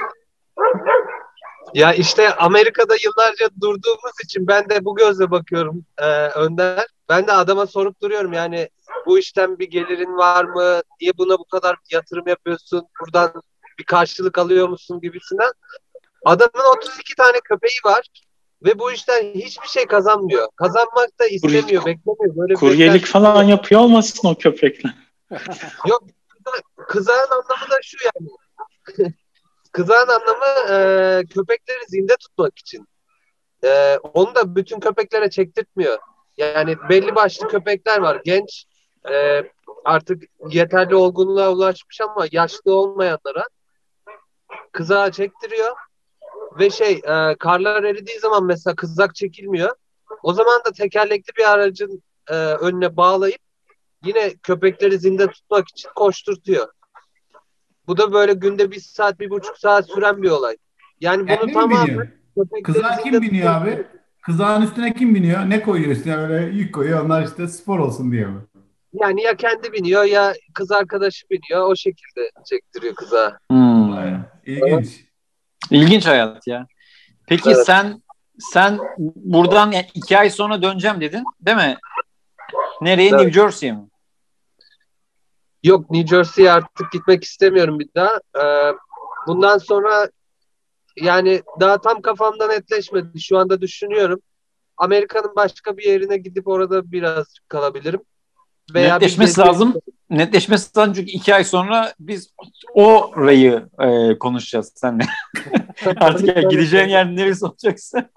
Speaker 4: Ya işte Amerika'da yıllarca durduğumuz için ben de bu gözle bakıyorum e, Önder. Ben de adama sorup duruyorum yani bu işten bir gelirin var mı? Niye buna bu kadar yatırım yapıyorsun? Buradan bir karşılık alıyor musun gibisinden. Adamın otuz iki tane köpeği var ve bu işten hiçbir şey kazanmıyor. Kazanmak da istemiyor, beklemiyor. Böyle bir
Speaker 2: Kuryelik
Speaker 4: beklenti
Speaker 2: falan
Speaker 4: yok.
Speaker 2: yapıyor olmasın o köpekler?
Speaker 4: Yok, kızağın anlamı da şu yani. Kızağın anlamı e, köpekleri zinde tutmak için. E, onu da bütün köpeklere çektirtmiyor. Yani belli başlı köpekler var. Genç, e, artık yeterli olgunluğa ulaşmış ama yaşlı olmayanlara kızağı çektiriyor. Ve şey e, karlar eridiği zaman mesela kızak çekilmiyor. O zaman da tekerlekli bir aracın e, önüne bağlayıp yine köpekleri zinde tutmak için koşturtuyor. Bu da böyle günde bir saat, bir buçuk saat süren bir olay. Yani bunu
Speaker 3: Kendi mi
Speaker 4: tamamen
Speaker 3: biniyor?
Speaker 4: köpekleri
Speaker 3: Kızağa
Speaker 4: zinde
Speaker 3: kim biniyor
Speaker 4: tutmak.
Speaker 3: abi? Kızağın üstüne kim biniyor? Ne koyuyor üstüne? Böyle yük koyuyor. Onlar işte spor olsun diye mi?
Speaker 4: Yani ya kendi biniyor ya kız arkadaşı biniyor. O şekilde çektiriyor kızağı.
Speaker 1: Hmm.
Speaker 3: Vay, İlginç.
Speaker 1: İlginç hayat ya. Peki
Speaker 4: Evet.
Speaker 1: sen sen buradan yani iki ay sonra döneceğim dedin, değil mi? Nereye?
Speaker 4: Evet.
Speaker 1: New Jersey'ye mi?
Speaker 4: Yok, New Jersey'ye artık gitmek istemiyorum bir daha. Ee, bundan sonra yani daha tam kafamda netleşmedi. Şu anda düşünüyorum. Amerika'nın başka bir yerine gidip orada birazcık kalabilirim. Veya bir
Speaker 1: Netleşmesi
Speaker 4: gezi-
Speaker 1: lazım. Netleşmesi lazım çünkü iki ay sonra biz orayı e, konuşacağız seninle. Artık ya, gideceğin yer neresi olacaksa.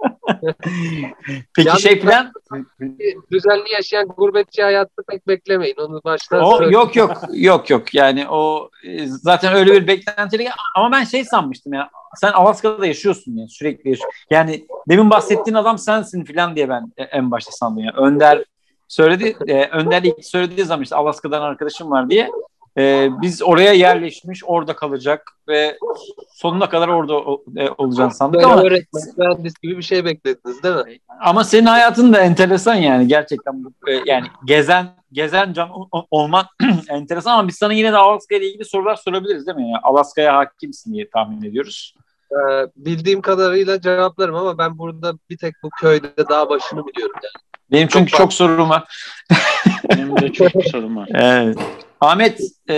Speaker 1: Peki
Speaker 4: Yalnız
Speaker 1: şey plan?
Speaker 4: düzenli yaşayan gurbetçi hayatı pek beklemeyin. Onu baştan
Speaker 1: O
Speaker 4: söyleyeyim.
Speaker 1: yok yok yok yok yani o e, zaten öyle bir beklentiyle ama ben şey sanmıştım ya sen Alaska'da yaşıyorsun ya sürekli yaşıyorsun. Yani demin bahsettiğin adam sensin falan diye ben en başta sandım ya. Önder söyledi e, Önder ilk söylediği zaman işte Alaska'dan arkadaşım var diye e, biz oraya yerleşmiş orada kalacak ve sonuna kadar orada e, olacağını sandık
Speaker 4: Böyle
Speaker 1: ama
Speaker 4: öğretmen, mühendis gibi bir şey beklediniz değil mi?
Speaker 1: ama senin hayatın da enteresan yani gerçekten e, yani gezen gezen can o- olman enteresan ama biz sana yine de Alaska ile ilgili sorular sorabiliriz değil mi? Yani Alaska'ya hakimsin diye tahmin ediyoruz.
Speaker 4: Ee, bildiğim kadarıyla cevaplarım ama ben burada bir tek bu köyde dağ başını biliyorum yani.
Speaker 1: Benim
Speaker 4: Çok
Speaker 1: çünkü
Speaker 4: fazla.
Speaker 1: çok sorum var.
Speaker 2: Benim de çok sorum var.
Speaker 1: Evet. Ahmet e,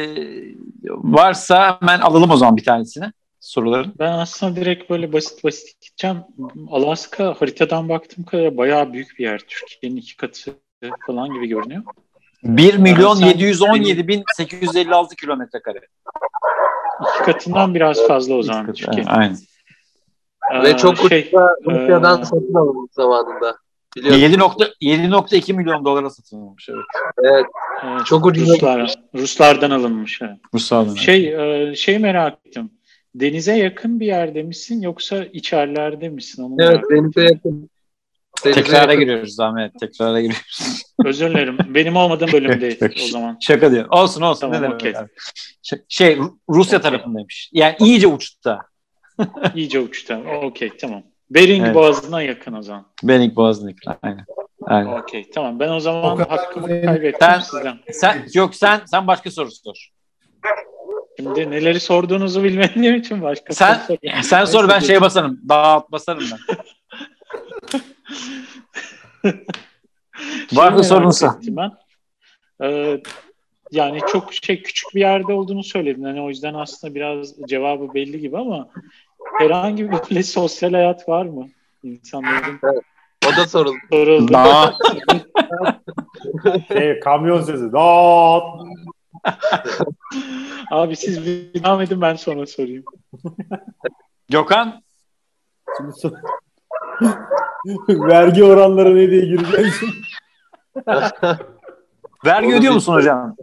Speaker 1: varsa hemen alalım o zaman bir tanesini soruların.
Speaker 2: Ben aslında direkt böyle basit basit gideceğim. Alaska haritadan baktığım kadar bayağı büyük bir yer. Türkiye'nin iki katı falan gibi görünüyor.
Speaker 1: bir milyon
Speaker 2: sen-
Speaker 1: yedi yüz on yedi bin sekiz yüz elli altı kilometre kare.
Speaker 2: İki katından biraz fazla o zaman Türkiye.
Speaker 1: Aynen.
Speaker 4: Ve
Speaker 2: Ee,
Speaker 4: çok
Speaker 2: şey,
Speaker 4: ucuza Rusya'dan
Speaker 2: e,
Speaker 4: satın alınmış zamanında. Biliyorsun.
Speaker 1: yedi nokta iki milyon dolara satılmış. Evet.
Speaker 4: Evet.
Speaker 2: evet,
Speaker 4: Çok ucuza
Speaker 2: Ruslar, Ruslardan alınmış. Evet.
Speaker 1: Ruslardan.
Speaker 2: Şey, e, şey merak ettim. Denize yakın bir yerde misin yoksa içerilerde misin? Onu
Speaker 4: Evet,
Speaker 2: merak ettim.
Speaker 4: denize yakın. Denize
Speaker 1: Tekrara
Speaker 4: yakın.
Speaker 1: giriyoruz Ahmet. Tekrara giriyoruz.
Speaker 2: Özür dilerim. Benim olmadığım bölümde o zaman.
Speaker 1: Şaka diyor. Olsun olsun.
Speaker 2: Tamam,
Speaker 1: ne demek
Speaker 2: okey.
Speaker 1: abi. Ş- Şey Rusya
Speaker 2: Okey.
Speaker 1: tarafındaymış. Yani iyice uçta.
Speaker 2: İyice uçta. Okey, tamam. Bering
Speaker 1: Evet.
Speaker 2: Boğazı'na yakın o zaman.
Speaker 1: Bering Boğazı'na yakın. Aynen. Aynen.
Speaker 2: Okey, tamam. Ben o zaman
Speaker 3: O kadar
Speaker 2: hakkımı
Speaker 3: güzel.
Speaker 2: kaybettim
Speaker 1: Sen-
Speaker 2: sizden.
Speaker 1: Sen yok sen sen başka soru sor.
Speaker 2: Şimdi neleri sorduğunuzu bilmediğim için başka
Speaker 1: Sen
Speaker 2: soru sorayım.
Speaker 1: sen sor ben
Speaker 2: Neyse,
Speaker 1: şeye basarım. Dağıt basarım ben.
Speaker 2: Şey
Speaker 1: Var mı
Speaker 2: merak
Speaker 1: sorunsa?
Speaker 2: ettim ben. Ee, yani çok şey küçük bir yerde olduğunu söyledin. Hani o yüzden aslında biraz cevabı belli gibi ama herhangi bir böyle sosyal hayat var mı? İnsanların
Speaker 4: O da soruldu.
Speaker 2: soruldu.
Speaker 1: Dağ.
Speaker 5: Şey, kamyon sesi. Dağıt.
Speaker 2: Abi siz bir devam edin ben sonra sorayım.
Speaker 1: Gökhan
Speaker 5: Şimdi so- vergi oranları ne diye gireceksin.
Speaker 1: vergi
Speaker 4: Onu
Speaker 1: ödüyor
Speaker 4: bir-
Speaker 1: musun hocam?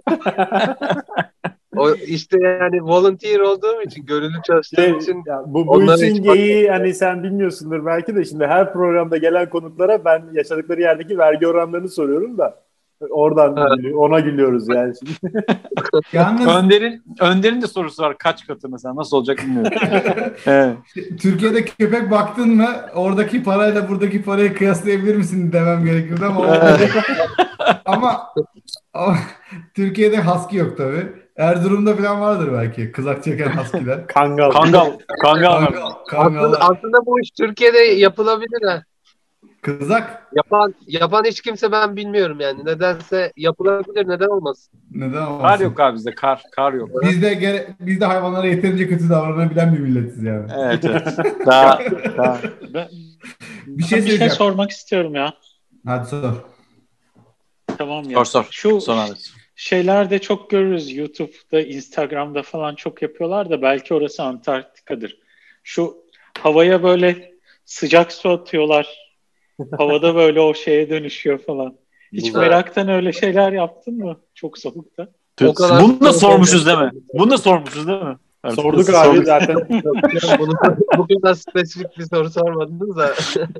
Speaker 4: O işte yani volunteer olduğum için, gönüllü çalıştığım
Speaker 5: Şey,
Speaker 4: için
Speaker 5: ya bu, bu
Speaker 4: onlara
Speaker 5: işin
Speaker 4: hiç bak-
Speaker 5: geyiği hani sen bilmiyorsundur belki de şimdi her programda gelen konuklara ben yaşadıkları yerdeki vergi oranlarını soruyorum da oradan
Speaker 4: Evet.
Speaker 5: gülü- ona gülüyoruz yani şimdi.
Speaker 3: Yalnız
Speaker 1: Önder'in Önder'in de sorusu var. Kaç katı mesela? Nasıl olacak bilmiyorum. Evet.
Speaker 3: Türkiye'de köpek baktın mı oradaki parayla buradaki parayı kıyaslayabilir misin demem gerekirdi ama o, ama, ama Türkiye'de husky yok tabii. Erzurum'da falan vardır belki kızak çeken husky'ler.
Speaker 5: Kangal.
Speaker 1: Kangal. Kangal. var.
Speaker 3: Kangal,
Speaker 4: aslında,
Speaker 3: kangallar.
Speaker 4: aslında bu iş Türkiye'de yapılabilir ha.
Speaker 3: Kızak
Speaker 4: Yapan yapan hiç kimse ben bilmiyorum yani. Nedense yapılabilir, neden olmasın?
Speaker 3: neden olmasın?
Speaker 1: Kar yok abi bizde. Kar. Kar yok.
Speaker 3: Biz de gere, biz de hayvanlara yeterince kötü davranabilen bir milletiz yani.
Speaker 1: Evet evet. Daha, daha.
Speaker 2: Ben,
Speaker 3: Bir şey
Speaker 2: bir şey
Speaker 3: söyleyeceğim.
Speaker 2: sormak istiyorum ya.
Speaker 3: Hadi sor.
Speaker 2: Tamam ya.
Speaker 1: Sor sor.
Speaker 2: Şu
Speaker 1: Sor abi.
Speaker 2: şeylerde çok görürüz. YouTube'da, Instagram'da falan çok yapıyorlar da belki orası Antarktika'dır. Şu havaya böyle sıcak su atıyorlar. Havada böyle o şeye dönüşüyor falan. Hiç
Speaker 4: Güzel.
Speaker 2: meraktan öyle şeyler yaptın mı? Çok soğukta.
Speaker 4: O kadar
Speaker 1: Bunu da
Speaker 4: soğuk
Speaker 1: sormuşuz
Speaker 4: olmadı.
Speaker 1: değil mi? Bunu da sormuşuz değil mi? Evet,
Speaker 5: Sorduk
Speaker 1: sorduk.
Speaker 5: abi zaten.
Speaker 4: Yok, yani bunu, bu kadar spesifik bir soru sormadınız da.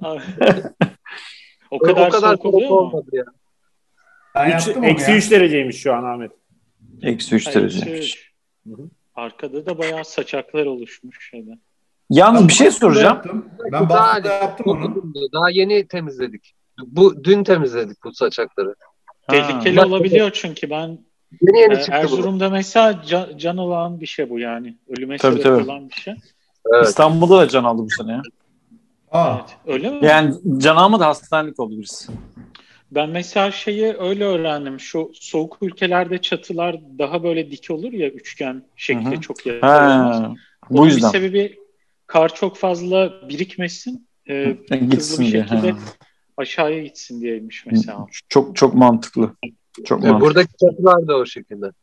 Speaker 2: O
Speaker 4: o
Speaker 2: kadar,
Speaker 4: kadar
Speaker 2: soğuk oluyor mu?
Speaker 4: olmadı ya.
Speaker 3: Ben
Speaker 5: Üç-
Speaker 3: yaptım onu
Speaker 5: Eksi
Speaker 3: ya.
Speaker 5: üç dereceymiş şu an Ahmet.
Speaker 1: Eksi üç
Speaker 2: Ay,
Speaker 1: dereceymiş.
Speaker 2: şey, Arkada da bayağı saçaklar oluşmuş şeyden.
Speaker 1: Yalnız
Speaker 3: Ben
Speaker 1: bir şey
Speaker 3: Boston'da
Speaker 1: soracağım.
Speaker 3: yaptım.
Speaker 4: Bu
Speaker 3: Ben
Speaker 4: daha,
Speaker 3: Boston'da yaptım onu.
Speaker 4: daha yeni temizledik. Bu dün temizledik bu saçakları.
Speaker 2: Tehlikeli
Speaker 4: Bak-
Speaker 2: olabiliyor çünkü ben
Speaker 4: Yeni
Speaker 2: e,
Speaker 4: yeni çıktı bu.
Speaker 2: Erzurum'da mesela can, can olan bir şey bu yani. Ölüme
Speaker 1: Tabii,
Speaker 2: sebep
Speaker 1: tabii.
Speaker 2: olan bir şey.
Speaker 4: Evet.
Speaker 1: İstanbul'da da can aldı bu sene ya.
Speaker 3: Aa,
Speaker 2: Evet. Öyle mi?
Speaker 1: Yani can almadı, hastanelik oldu birisi.
Speaker 2: Ben mesela şeyi öyle öğrendim. Şu soğuk ülkelerde çatılar daha böyle dik olur ya, üçgen şekli
Speaker 1: Hı hı.
Speaker 2: çok yatay olmaz.
Speaker 1: Ha, bu
Speaker 2: Bunun
Speaker 1: yüzden.
Speaker 2: bir sebebi kar çok fazla birikmesin. E, hızlı
Speaker 1: Gitsin
Speaker 2: bir
Speaker 1: diye.
Speaker 2: şekilde
Speaker 1: Ha.
Speaker 2: aşağıya gitsin diyeymiş mesela.
Speaker 1: Çok çok mantıklı. Çok
Speaker 4: E,
Speaker 1: mantıklı.
Speaker 4: buradaki çatılar da o şekilde.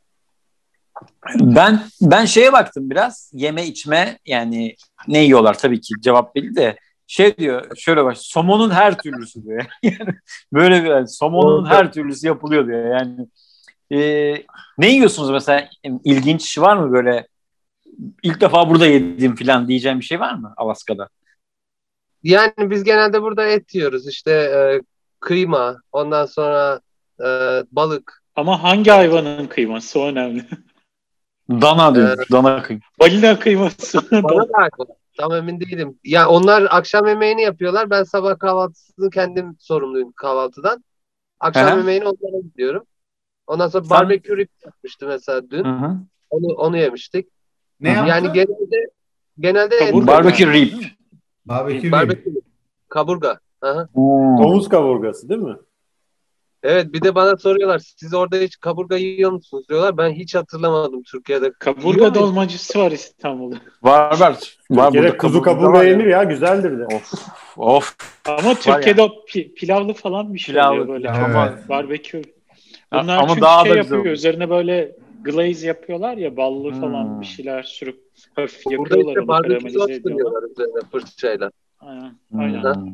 Speaker 1: Ben ben şeye baktım biraz. Yeme içme, yani ne yiyorlar tabii ki cevap belli de şey diyor, şöyle baş, somonun her türlüsü diyor. Yani böyle bir yani, somonun her türlüsü yapılıyor diyor. Yani e, ne yiyorsunuz mesela, ilginç var mı böyle, ilk defa burada yedim falan diyeceğim bir şey var mı Alaska'da?
Speaker 4: Yani biz genelde burada et yiyoruz. İşte e, kıyma, ondan sonra e, balık.
Speaker 2: Ama hangi hayvanın kıyması, o önemli.
Speaker 1: Dana diyor.
Speaker 4: Evet.
Speaker 1: Dana kıyım.
Speaker 2: Balina kıyması.
Speaker 4: Bana galiba. Tam emin değilim. Ya onlar akşam yemeğini yapıyorlar. Ben sabah kahvaltısını kendim sorumluyum kahvaltıdan. Akşam
Speaker 1: Hı hı.
Speaker 4: yemeğini onlara gidiyorum. Ondan sonra
Speaker 1: Sen-
Speaker 4: barbekü rib yapmıştı mesela dün.
Speaker 1: Hı hı.
Speaker 4: Onu onu yemiştik.
Speaker 3: ne
Speaker 1: Hı hı.
Speaker 3: yaptın?
Speaker 4: Yani genelde genelde et.
Speaker 2: Kaburga
Speaker 1: Barbekü
Speaker 2: yani,
Speaker 1: rib.
Speaker 2: değil mi?
Speaker 3: Barbekü
Speaker 4: Barbekü rib. Kaburga. Aha.
Speaker 5: Domuz kaburgası değil mi?
Speaker 4: Evet, bir de bana soruyorlar, siz orada hiç kaburga yiyor musunuz diyorlar. Ben hiç hatırlamadım Türkiye'de. Yiyor
Speaker 2: Kaburga
Speaker 4: muyuz?
Speaker 2: dolmacısı var İstanbul'da.
Speaker 1: Var var. Var
Speaker 5: Türkiye'de
Speaker 1: burada
Speaker 5: kuzu
Speaker 1: kaburga
Speaker 5: kaburga
Speaker 1: var ya.
Speaker 5: yenir ya, güzeldir de.
Speaker 1: Of of.
Speaker 2: Ama Türkiye'de o pi- pilavlı falan bir şey
Speaker 1: Pilavlı,
Speaker 2: oluyor böyle.
Speaker 1: pilavlı.
Speaker 2: Çok
Speaker 3: Evet.
Speaker 2: barbekü.
Speaker 1: Ha,
Speaker 2: Bunlar
Speaker 1: ama
Speaker 2: çünkü
Speaker 1: daha
Speaker 2: şey
Speaker 1: da güzel
Speaker 2: yapıyor.
Speaker 1: oluyor.
Speaker 2: Üzerine böyle glaze yapıyorlar ya, ballı
Speaker 1: Hmm.
Speaker 2: falan bir şeyler sürüp hafif
Speaker 4: Burada
Speaker 2: yakıyorlar,
Speaker 4: işte
Speaker 2: onu
Speaker 4: barbekü
Speaker 2: karamelize
Speaker 4: sos
Speaker 2: ediyorlar.
Speaker 4: sürüyorlar üzerine fırçayla.
Speaker 2: Aynen.
Speaker 1: Hmm.
Speaker 2: Aynen.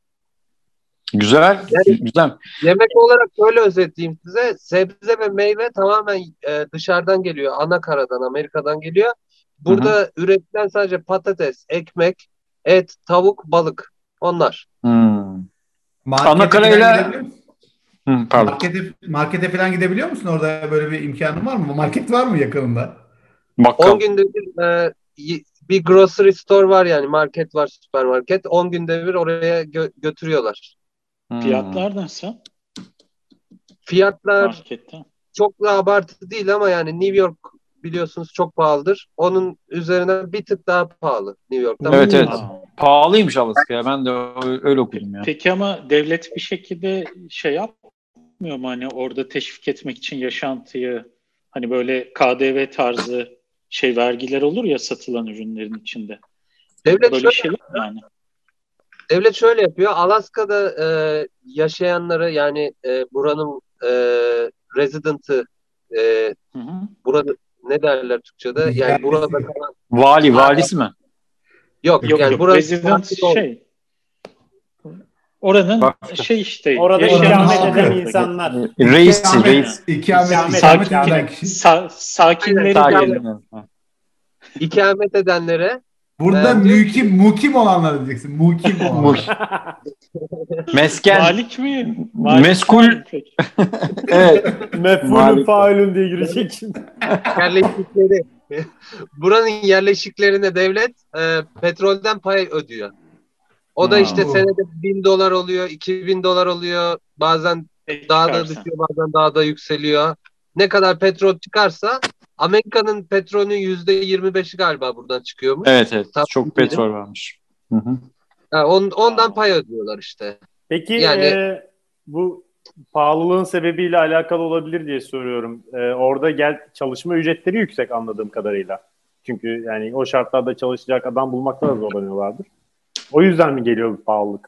Speaker 1: Güzel.
Speaker 4: Yani-
Speaker 1: Güzel.
Speaker 4: Yemek olarak böyle özetleyeyim size. Sebze ve meyve tamamen e, dışarıdan geliyor. Ana karadan, Amerika'dan geliyor. Burada üretilen sadece patates, ekmek, et, tavuk, balık. Onlar.
Speaker 1: Hmm.
Speaker 3: Markete
Speaker 1: Ana
Speaker 3: falan
Speaker 1: karayla-
Speaker 3: gidebiliyor musun?
Speaker 1: Hı, pardon.
Speaker 3: Markete, markete falan gidebiliyor musun? Orada böyle bir imkanın var mı? Market var mı yakınında?
Speaker 1: Bakkal.
Speaker 4: on günde bir e, y- bir grocery store var, yani market var, süpermarket. on günde bir oraya gö- götürüyorlar.
Speaker 1: Hmm.
Speaker 2: Fiyatlar nasıl
Speaker 4: Fiyatlar
Speaker 2: markette?
Speaker 4: çok da abartı değil ama yani New York biliyorsunuz çok pahalıdır. Onun üzerine bir tık daha pahalı New York'tan.
Speaker 1: Evet, evet.
Speaker 2: Aa.
Speaker 1: Pahalıymış Alaska ya. Ben de ö- öyle okudum ya.
Speaker 2: Peki ama devlet bir şekilde şey yapmıyor mu, hani orada teşvik etmek için yaşantıyı, hani böyle K D V tarzı şey vergiler olur ya satılan ürünlerin içinde.
Speaker 4: Devlet
Speaker 2: Böyle
Speaker 4: şöyle,
Speaker 2: şeyler yani.
Speaker 4: devlet şöyle yapıyor. Alaska'da e, yaşayanları, yani e, buranın e, resident'ı, e,
Speaker 2: Hı hı.
Speaker 4: burada ne derler Türkçe'de? Yani
Speaker 3: Yerlisi.
Speaker 4: burada kalan
Speaker 1: Vali, valisi mi?
Speaker 4: yok,
Speaker 2: Yok
Speaker 4: yani
Speaker 2: yok,
Speaker 4: buranın
Speaker 2: resident
Speaker 4: sakin ol-
Speaker 2: şey. Oranın
Speaker 1: Bak.
Speaker 2: şey işte.
Speaker 5: Orada
Speaker 2: yaşayan
Speaker 3: ikamet
Speaker 5: ikamet
Speaker 3: eden
Speaker 5: eden
Speaker 2: halkı.
Speaker 5: insanlar.
Speaker 1: Reis,
Speaker 3: İkamet-
Speaker 1: reis.
Speaker 3: İkamet,
Speaker 5: İkamet-
Speaker 3: ikamet
Speaker 2: Sakin,
Speaker 3: eden kişi.
Speaker 2: sa- sakinleri
Speaker 4: Aynen,
Speaker 2: diyelim.
Speaker 1: Sakin.
Speaker 4: ikamet edenlere
Speaker 3: Burada
Speaker 4: Ben diyor
Speaker 3: mukim, mukim olanlar diyeceksin. Mukim olanlar.
Speaker 1: Mesken.
Speaker 2: Malik mi? Malik
Speaker 1: Meskul.
Speaker 2: mi? Peki.
Speaker 1: Evet.
Speaker 5: Mef'ulün
Speaker 1: Maalesef.
Speaker 5: faulün diye girecek şimdi.
Speaker 4: yerleşikleri buranın yerleşiklerine devlet e, petrolden pay ödüyor. O da
Speaker 1: Hmm.
Speaker 4: işte senede bin dolar oluyor, iki bin dolar oluyor. Bazen daha da
Speaker 2: Çıkarsan.
Speaker 4: düşüyor, bazen daha da yükseliyor. Ne kadar petrol çıkarsa, Amerika'nın petrolünün yüzde yirmi beşi galiba buradan çıkıyormuş.
Speaker 1: Evet evet.
Speaker 4: Tam
Speaker 1: Çok
Speaker 4: bilmiyorum.
Speaker 1: petrol varmış. Hı hı.
Speaker 4: Ha, on- ondan
Speaker 2: Aa.
Speaker 4: pay ödüyorlar işte.
Speaker 5: Peki
Speaker 4: Yani-
Speaker 5: e, bu pahalılığın sebebiyle alakalı olabilir diye soruyorum. E, orada gel çalışma ücretleri yüksek anladığım kadarıyla. Çünkü yani o şartlarda çalışacak adam bulmakta da zorlanıyorlardır. O yüzden mi geliyor bu pahalılık?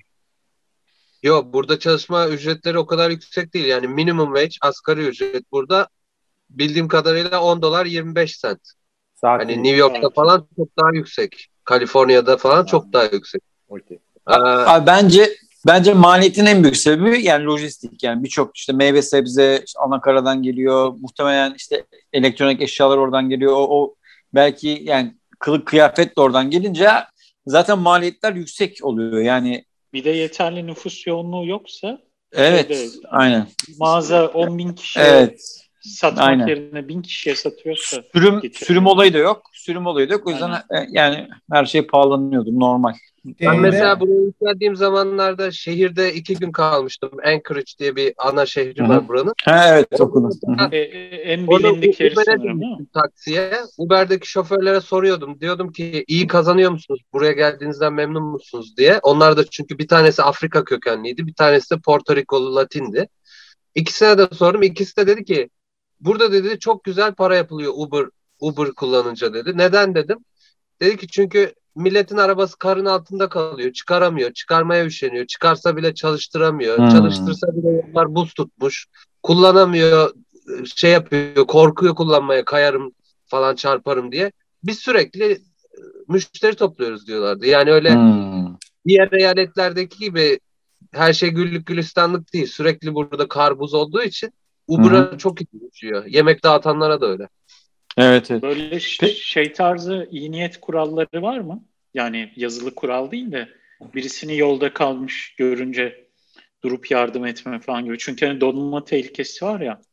Speaker 4: Yok, burada çalışma ücretleri o kadar yüksek değil. Yani minimum wage, asgari ücret burada bildiğim kadarıyla on dolar yirmi beş sent.
Speaker 5: Sakin.
Speaker 4: Hani New York'ta
Speaker 2: Sakin.
Speaker 4: falan çok daha yüksek. Kaliforniya'da falan çok daha yüksek.
Speaker 5: Okey.
Speaker 4: Ee,
Speaker 1: Abi bence Bence maliyetin en büyük sebebi yani lojistik. Yani birçok işte meyve sebze işte anakaradan geliyor. Muhtemelen işte elektronik eşyalar oradan geliyor. O, o belki yani kılık kıyafet de oradan gelince zaten maliyetler yüksek oluyor. Yani
Speaker 2: bir de yeterli nüfus yoğunluğu yoksa
Speaker 1: evet,
Speaker 2: şeyde,
Speaker 1: aynen.
Speaker 2: Mağaza on bin kişiye
Speaker 1: Evet.
Speaker 2: satmak
Speaker 1: Aynen.
Speaker 2: yerine bin kişiye satıyorsa
Speaker 1: Sürüm
Speaker 2: getiriyor.
Speaker 1: sürüm olayı da yok. Sürüm olayı da yok. O yüzden
Speaker 2: Aynen.
Speaker 1: e, yani her şey pahalanıyordu normal.
Speaker 4: Ben
Speaker 3: Şeyde-
Speaker 4: mesela buraya ilk geldiğim zamanlarda şehirde iki gün kalmıştım. Anchorage diye bir ana şehri
Speaker 1: Hı hı.
Speaker 4: var buranın.
Speaker 1: Ha, evet okudum. Hı hı.
Speaker 2: E, e, en
Speaker 4: Orada
Speaker 2: bilindikleri
Speaker 4: Uber'e
Speaker 2: sanırım değil mi?
Speaker 4: binmiştim taksiye. Uber'deki şoförlere soruyordum. Diyordum ki iyi kazanıyor musunuz? Buraya geldiğinizden memnun musunuz diye. Onlar da çünkü bir tanesi Afrika kökenliydi. Bir tanesi de Porto Rikolu Latindi. İkisine de sordum. İkisi de dedi ki burada dedi çok güzel para yapılıyor Uber Uber kullanınca dedi. Neden dedim. Dedi ki çünkü milletin arabası karın altında kalıyor. Çıkaramıyor. Çıkarmaya üşeniyor. Çıkarsa bile çalıştıramıyor.
Speaker 1: Hmm.
Speaker 4: Çalıştırsa bile yollar buz tutmuş. Kullanamıyor. Şey yapıyor. Korkuyor kullanmaya. Kayarım falan çarparım diye. Biz sürekli müşteri topluyoruz diyorlardı. Yani öyle
Speaker 1: Hmm.
Speaker 4: diğer eyaletlerdeki gibi her şey güllük gülistanlık değil. Sürekli burada kar buz olduğu için Uber'a çok iyi düşüyor. Yemek dağıtanlara da öyle.
Speaker 1: Evet, evet.
Speaker 2: Böyle ş- şey tarzı iyi niyet kuralları var mı? Yani yazılı kural değil de birisini yolda kalmış görünce durup yardım etme falan gibi. Çünkü hani donma tehlikesi var ya.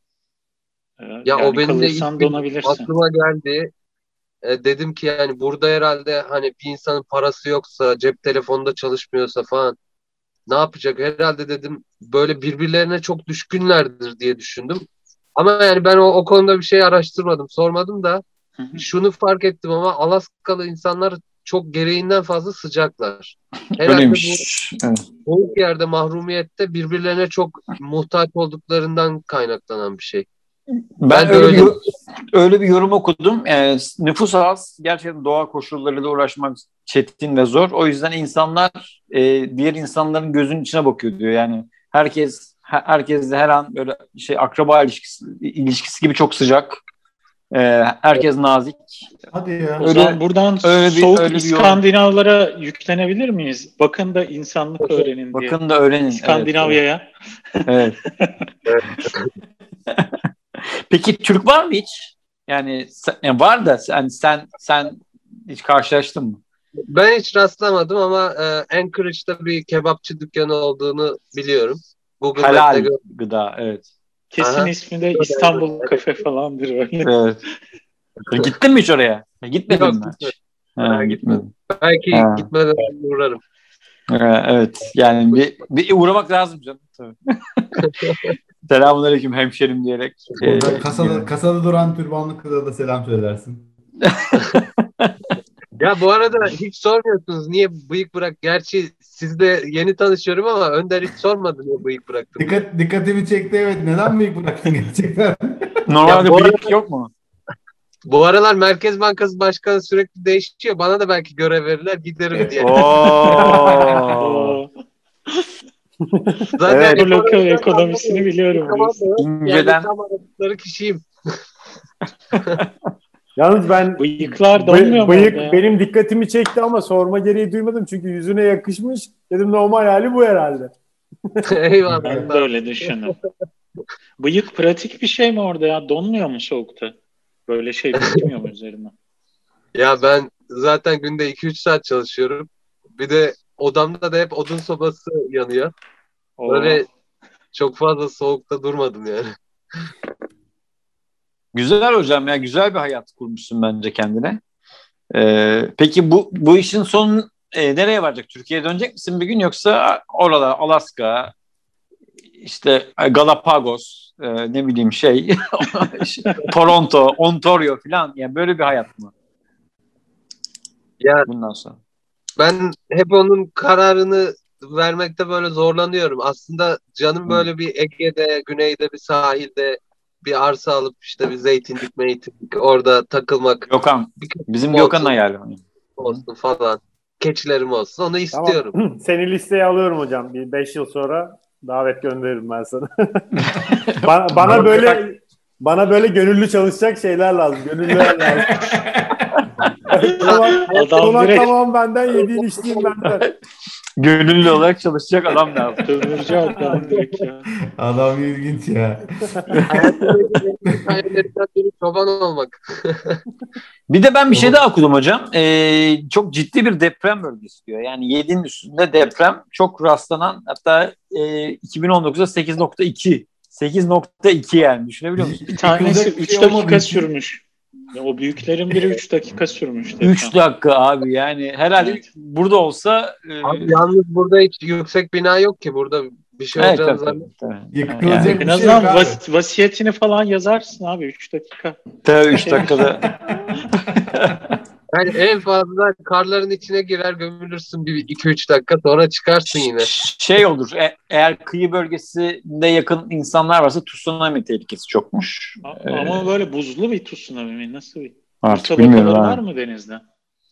Speaker 2: Ee,
Speaker 4: Ya
Speaker 2: yani
Speaker 4: o benim de
Speaker 2: kalırsan
Speaker 4: ilk gün
Speaker 2: donabilirsin.
Speaker 4: aklıma geldi. E, dedim ki yani burada herhalde hani bir insanın parası yoksa, cep telefonunda çalışmıyorsa falan ne yapacak? Herhalde dedim böyle birbirlerine çok düşkünlerdir diye düşündüm. Ama yani ben o, o konuda bir şey araştırmadım, sormadım da
Speaker 2: Hı hı.
Speaker 4: şunu fark ettim ama Alaskalı insanlar çok gereğinden fazla sıcaklar. Herhalde bu
Speaker 1: Öyleymiş. Evet.
Speaker 4: soğuk yerde mahrumiyette birbirlerine çok muhtaç olduklarından kaynaklanan bir şey.
Speaker 1: Ben,
Speaker 4: Ben de
Speaker 1: öyle,
Speaker 4: öyle
Speaker 1: bir, öyle bir yorum okudum. Yani nüfus az. Gerçekten doğa koşullarıyla uğraşmak çetin ve zor. O yüzden insanlar e, diğer insanların gözünün içine bakıyor diyor. Yani herkes her- herkesle her an böyle şey akraba ilişkisi, ilişkisi gibi çok sıcak. E, herkes nazik.
Speaker 3: Hadi ya.
Speaker 2: O
Speaker 1: Öyle-
Speaker 2: zaman buradan
Speaker 1: öyle bir-
Speaker 2: soğuk
Speaker 1: öyle bir yorum.
Speaker 2: İskandinavlara yüklenebilir miyiz? Bakın da insanlık öğrenin diye.
Speaker 1: Bakın da öğrenin.
Speaker 2: İskandinavya'ya.
Speaker 1: Evet. evet. Peki Türk var mı hiç? Yani, sen- yani var da yani sen sen hiç karşılaştın mı?
Speaker 4: Ben hiç rastlamadım ama e, Anchorage'da bir kebapçı dükkanı olduğunu biliyorum. Google Map'te
Speaker 1: Helal
Speaker 4: gördüm.
Speaker 1: gıda, evet.
Speaker 2: Kesin
Speaker 4: Aha.
Speaker 2: ismi de İstanbul Kafe falandır öyle.
Speaker 1: Evet. Gittin mi hiç oraya? Gitmedin
Speaker 4: Yok,
Speaker 1: mi
Speaker 4: gitmedim.
Speaker 1: hiç? Ha,
Speaker 4: Ha,
Speaker 1: gitmedim.
Speaker 4: Belki
Speaker 1: Ha.
Speaker 4: gitmeden uğrarım.
Speaker 1: Ha, evet. Yani bir, bir uğramak lazım canım. Tabii. Selamünaleyküm hemşerim diyerek.
Speaker 3: Orada
Speaker 1: e,
Speaker 3: kasada,
Speaker 1: yani.
Speaker 3: kasada duran türbanlı kıza da selam söylersin.
Speaker 4: Ya bu arada hiç sormuyorsunuz niye bıyık bırak. Gerçi sizle yeni tanışıyorum ama Önder hiç sormadı niye bıyık bıraktım.
Speaker 3: Dikkat, dikkatimi çekti, evet. Neden bıyık bıraktın gerçekten?
Speaker 1: Normalde
Speaker 4: Ya bu
Speaker 1: bıyık
Speaker 4: arada-
Speaker 1: yok mu?
Speaker 4: Bu aralar Merkez Bankası Başkanı sürekli değişiyor. Bana da belki görev verirler giderim diye.
Speaker 1: Oo.
Speaker 2: Oo.
Speaker 4: Zaten
Speaker 1: Evet.
Speaker 2: Lokal
Speaker 4: ekonomiden
Speaker 2: ekonomisini
Speaker 4: anlamıyorum.
Speaker 2: biliyorum
Speaker 4: Tamam
Speaker 2: diyorsun.
Speaker 4: da yok.
Speaker 1: İnceden-
Speaker 4: Yani tam aradıkları kişiyim.
Speaker 5: Yalnız ben
Speaker 2: Bıyıklar
Speaker 5: bı-
Speaker 2: donmuyor mu
Speaker 5: bıyık
Speaker 2: orada ya?
Speaker 5: benim dikkatimi çekti ama sorma gereği duymadım çünkü yüzüne yakışmış. Dedim normal hali bu herhalde.
Speaker 4: Eyvallah.
Speaker 2: Ben de öyle düşündüm. Bıyık pratik bir şey mi orada ya? Donmuyor mu soğukta? Böyle şey bitmiyor mu üzerine?
Speaker 4: Ya ben zaten günde iki üç saat çalışıyorum. Bir de odamda da hep odun sobası yanıyor.
Speaker 2: Oo.
Speaker 4: Böyle çok fazla soğukta durmadım yani.
Speaker 1: Güzel hocam ya, güzel bir hayat kurmuşsun bence kendine. Ee, peki bu bu işin sonu e, nereye varacak? Türkiye'ye dönecek misin bir gün, yoksa orada Alaska, işte Galapagos, e, ne bileyim şey Toronto, Ontario falan, yani böyle bir hayat mı
Speaker 4: Ya
Speaker 1: bundan sonra?
Speaker 4: ben hep onun kararını vermekte böyle zorlanıyorum. Aslında canım
Speaker 1: Hı.
Speaker 4: böyle bir Ege'de, güneyde bir sahilde bir arsa alıp işte bir zeytinlik, meytinlik orada takılmak.
Speaker 1: Gökhan,
Speaker 4: Bir
Speaker 1: bizim
Speaker 4: köpeğim
Speaker 1: Gökhan'ın
Speaker 4: olsun,
Speaker 1: hayali.
Speaker 4: olsun falan. Keçilerim olsun. Onu istiyorum.
Speaker 5: Tamam. Seni listeye alıyorum hocam. Bir beş yıl sonra davet gönderirim ben sana. bana, bana böyle bana böyle gönüllü çalışacak şeyler lazım. Gönüllüler lazım. Konak,
Speaker 2: Adam
Speaker 5: konak
Speaker 2: direkt-
Speaker 5: tamam benden, yediğin içtiğin benden.
Speaker 1: Gönüllü olarak çalışacak adam lazım.
Speaker 2: Dönürcü adam direkt ya.
Speaker 3: Adam ilginç ya.
Speaker 4: Hayallerinden biri çoban olmak.
Speaker 1: Bir de ben bir şey daha okudum hocam. Ee, çok ciddi bir deprem bölgesi diyor. Yani yedinin üstünde deprem çok rastlanan, hatta e, iki bin on dokuzda sekiz nokta iki. sekiz nokta iki yani, düşünebiliyor musun?
Speaker 2: Bir tanesi
Speaker 3: Yıkılacak bir
Speaker 2: üç
Speaker 3: şey olmadığı
Speaker 2: dakika
Speaker 3: için-
Speaker 2: sürmüş. Ya o büyüklerin biri üç dakika sürmüş.
Speaker 1: üç dakika abi, yani herhalde
Speaker 2: Evet.
Speaker 1: burada olsa e,
Speaker 4: Abi yalnız burada hiç yüksek bina yok ki. Burada bir şey
Speaker 1: evet,
Speaker 4: olacağını
Speaker 1: tabii,
Speaker 4: zannetmiyorum.
Speaker 1: tabii, tabii.
Speaker 3: Yıkılacak
Speaker 1: Yani,
Speaker 2: En
Speaker 3: bir şey
Speaker 2: azından
Speaker 3: yok abi.
Speaker 2: vas- vasiyetini falan yazarsın abi üç dakika.
Speaker 1: tabii üç dakikada.
Speaker 4: Yani en fazla karların içine girer gömülürsün bir iki üç dakika, sonra çıkarsın yine.
Speaker 1: Şey olur, e- eğer kıyı bölgesinde yakın insanlar varsa tsunami tehlikesi çokmuş.
Speaker 2: A-
Speaker 1: Ee,
Speaker 2: Ama böyle buzlu bir tsunami mi? Nasıl bir?
Speaker 1: Artık
Speaker 2: Buz
Speaker 1: bilmiyorum
Speaker 2: tabakaları var
Speaker 1: abi.
Speaker 2: mı denizde?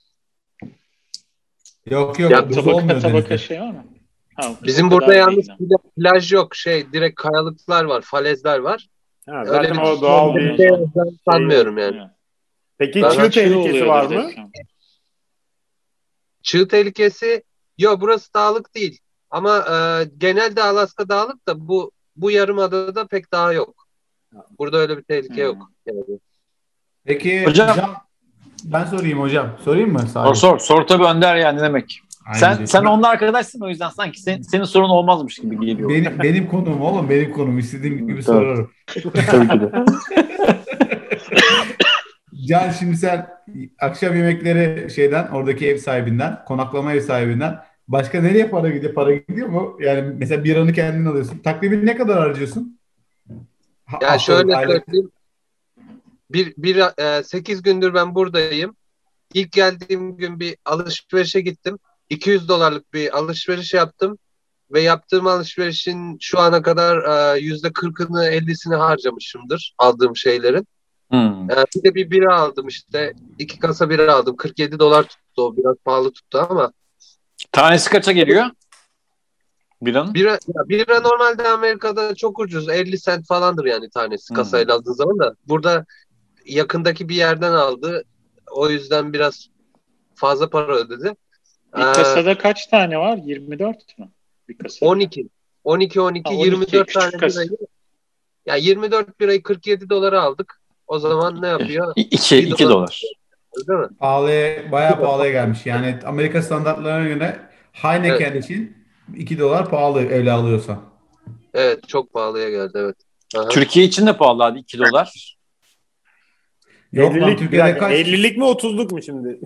Speaker 3: Yok yok.
Speaker 4: Ya
Speaker 3: buz
Speaker 2: Tabaka
Speaker 3: olmuyor
Speaker 2: tabaka
Speaker 3: denizde.
Speaker 2: şey var mı? Ha,
Speaker 4: Bizim
Speaker 2: o
Speaker 4: burada
Speaker 2: kadar
Speaker 4: yalnız
Speaker 2: değil yani.
Speaker 4: pla- plaj yok. Şey, direkt kayalıklar var, falezler var.
Speaker 5: Ha,
Speaker 4: Öyle
Speaker 5: zaten
Speaker 4: bir
Speaker 5: o
Speaker 4: şey
Speaker 5: doğal
Speaker 2: olmuyor.
Speaker 5: bir...
Speaker 4: şey olacağını sanmıyorum yani.
Speaker 2: Evet.
Speaker 5: Peki
Speaker 4: Ben-
Speaker 5: çığ
Speaker 2: Çığ
Speaker 5: tehlikesi
Speaker 2: oluyor
Speaker 5: var
Speaker 2: dedi
Speaker 5: mı?
Speaker 2: deprem.
Speaker 4: Çığ tehlikesi yok, burası dağlık değil. Ama e, genelde Alaska dağlık da bu bu yarımadada pek dağ yok. Burada öyle bir tehlike
Speaker 2: Hmm.
Speaker 4: yok. Yani.
Speaker 3: Peki
Speaker 1: Hocam-
Speaker 3: hocam, ben sorayım hocam. Sorayım mı?
Speaker 1: Sor
Speaker 3: Salih?
Speaker 1: sor, sor tabii Önder, yani ne demek.
Speaker 3: Aynen
Speaker 1: Sen
Speaker 3: öyle.
Speaker 1: sen onunla arkadaşsın, o yüzden sanki sen, senin sorun olmazmış gibi geliyor.
Speaker 3: Benim, benim konum oğlum, benim konum. İstediğim gibi
Speaker 1: Tabii.
Speaker 3: sorarım.
Speaker 1: Tabii ki de.
Speaker 3: Can, şimdi sen akşam yemekleri şeyden, oradaki ev sahibinden, konaklama ev sahibinden başka nereye para gidiyor? Para gidiyor mu? Yani mesela biranı kendin alıyorsun. Takribi ne kadar harcıyorsun? Ha-
Speaker 4: Ya
Speaker 3: haftalık,
Speaker 4: şöyle
Speaker 3: aylık.
Speaker 4: söyleyeyim. Bir, bir, e, sekiz gündür ben buradayım. İlk geldiğim gün bir alışverişe gittim. iki yüz dolarlık bir alışveriş yaptım. Ve yaptığım alışverişin şu ana kadar e, yüzde kırkını ellisini harcamışımdır aldığım şeylerin.
Speaker 1: Hmm.
Speaker 4: E, bir de bir bira aldım işte. iki kasa bira aldım. kırk yedi dolar tuttu o. Biraz pahalı tuttu ama.
Speaker 1: Tanesi kaça geliyor? Biranın?
Speaker 4: Bira, ya bira normalde Amerika'da çok ucuz. elli sent falandır yani tanesi
Speaker 1: Hmm.
Speaker 4: kasayla aldığın zaman da. Burada yakındaki bir yerden aldı. O yüzden biraz fazza para ödedi.
Speaker 2: Bir
Speaker 4: Ee,
Speaker 2: kasada kaç tane var? yirmi dört mü? Bir kasada.
Speaker 4: on iki. on iki on iki
Speaker 2: Ha, on iki,
Speaker 4: yirmi dört
Speaker 2: küçük
Speaker 4: tane
Speaker 2: kasa.
Speaker 4: birayı. Ya yirmi dört birayı kırk yedi dolara aldık. O zaman ne yapıyor?
Speaker 1: iki,
Speaker 4: Bir
Speaker 1: iki
Speaker 4: dolar.
Speaker 1: dolar.
Speaker 4: Değil mi?
Speaker 3: Pahalıya, bayağı pahalıya gelmiş. Yani Amerika standartlarına göre Heineken için iki dolar pahalı öyle alıyorsan.
Speaker 4: Evet, çok pahalıya geldi, evet. Aha.
Speaker 1: Türkiye için de pahalı, hadi iki dolar.
Speaker 3: Yok lan,
Speaker 5: ellilik, bir
Speaker 3: Türkiye'de
Speaker 5: dakika,
Speaker 3: kaç?
Speaker 5: ellilik mi otuzluk mu şimdi?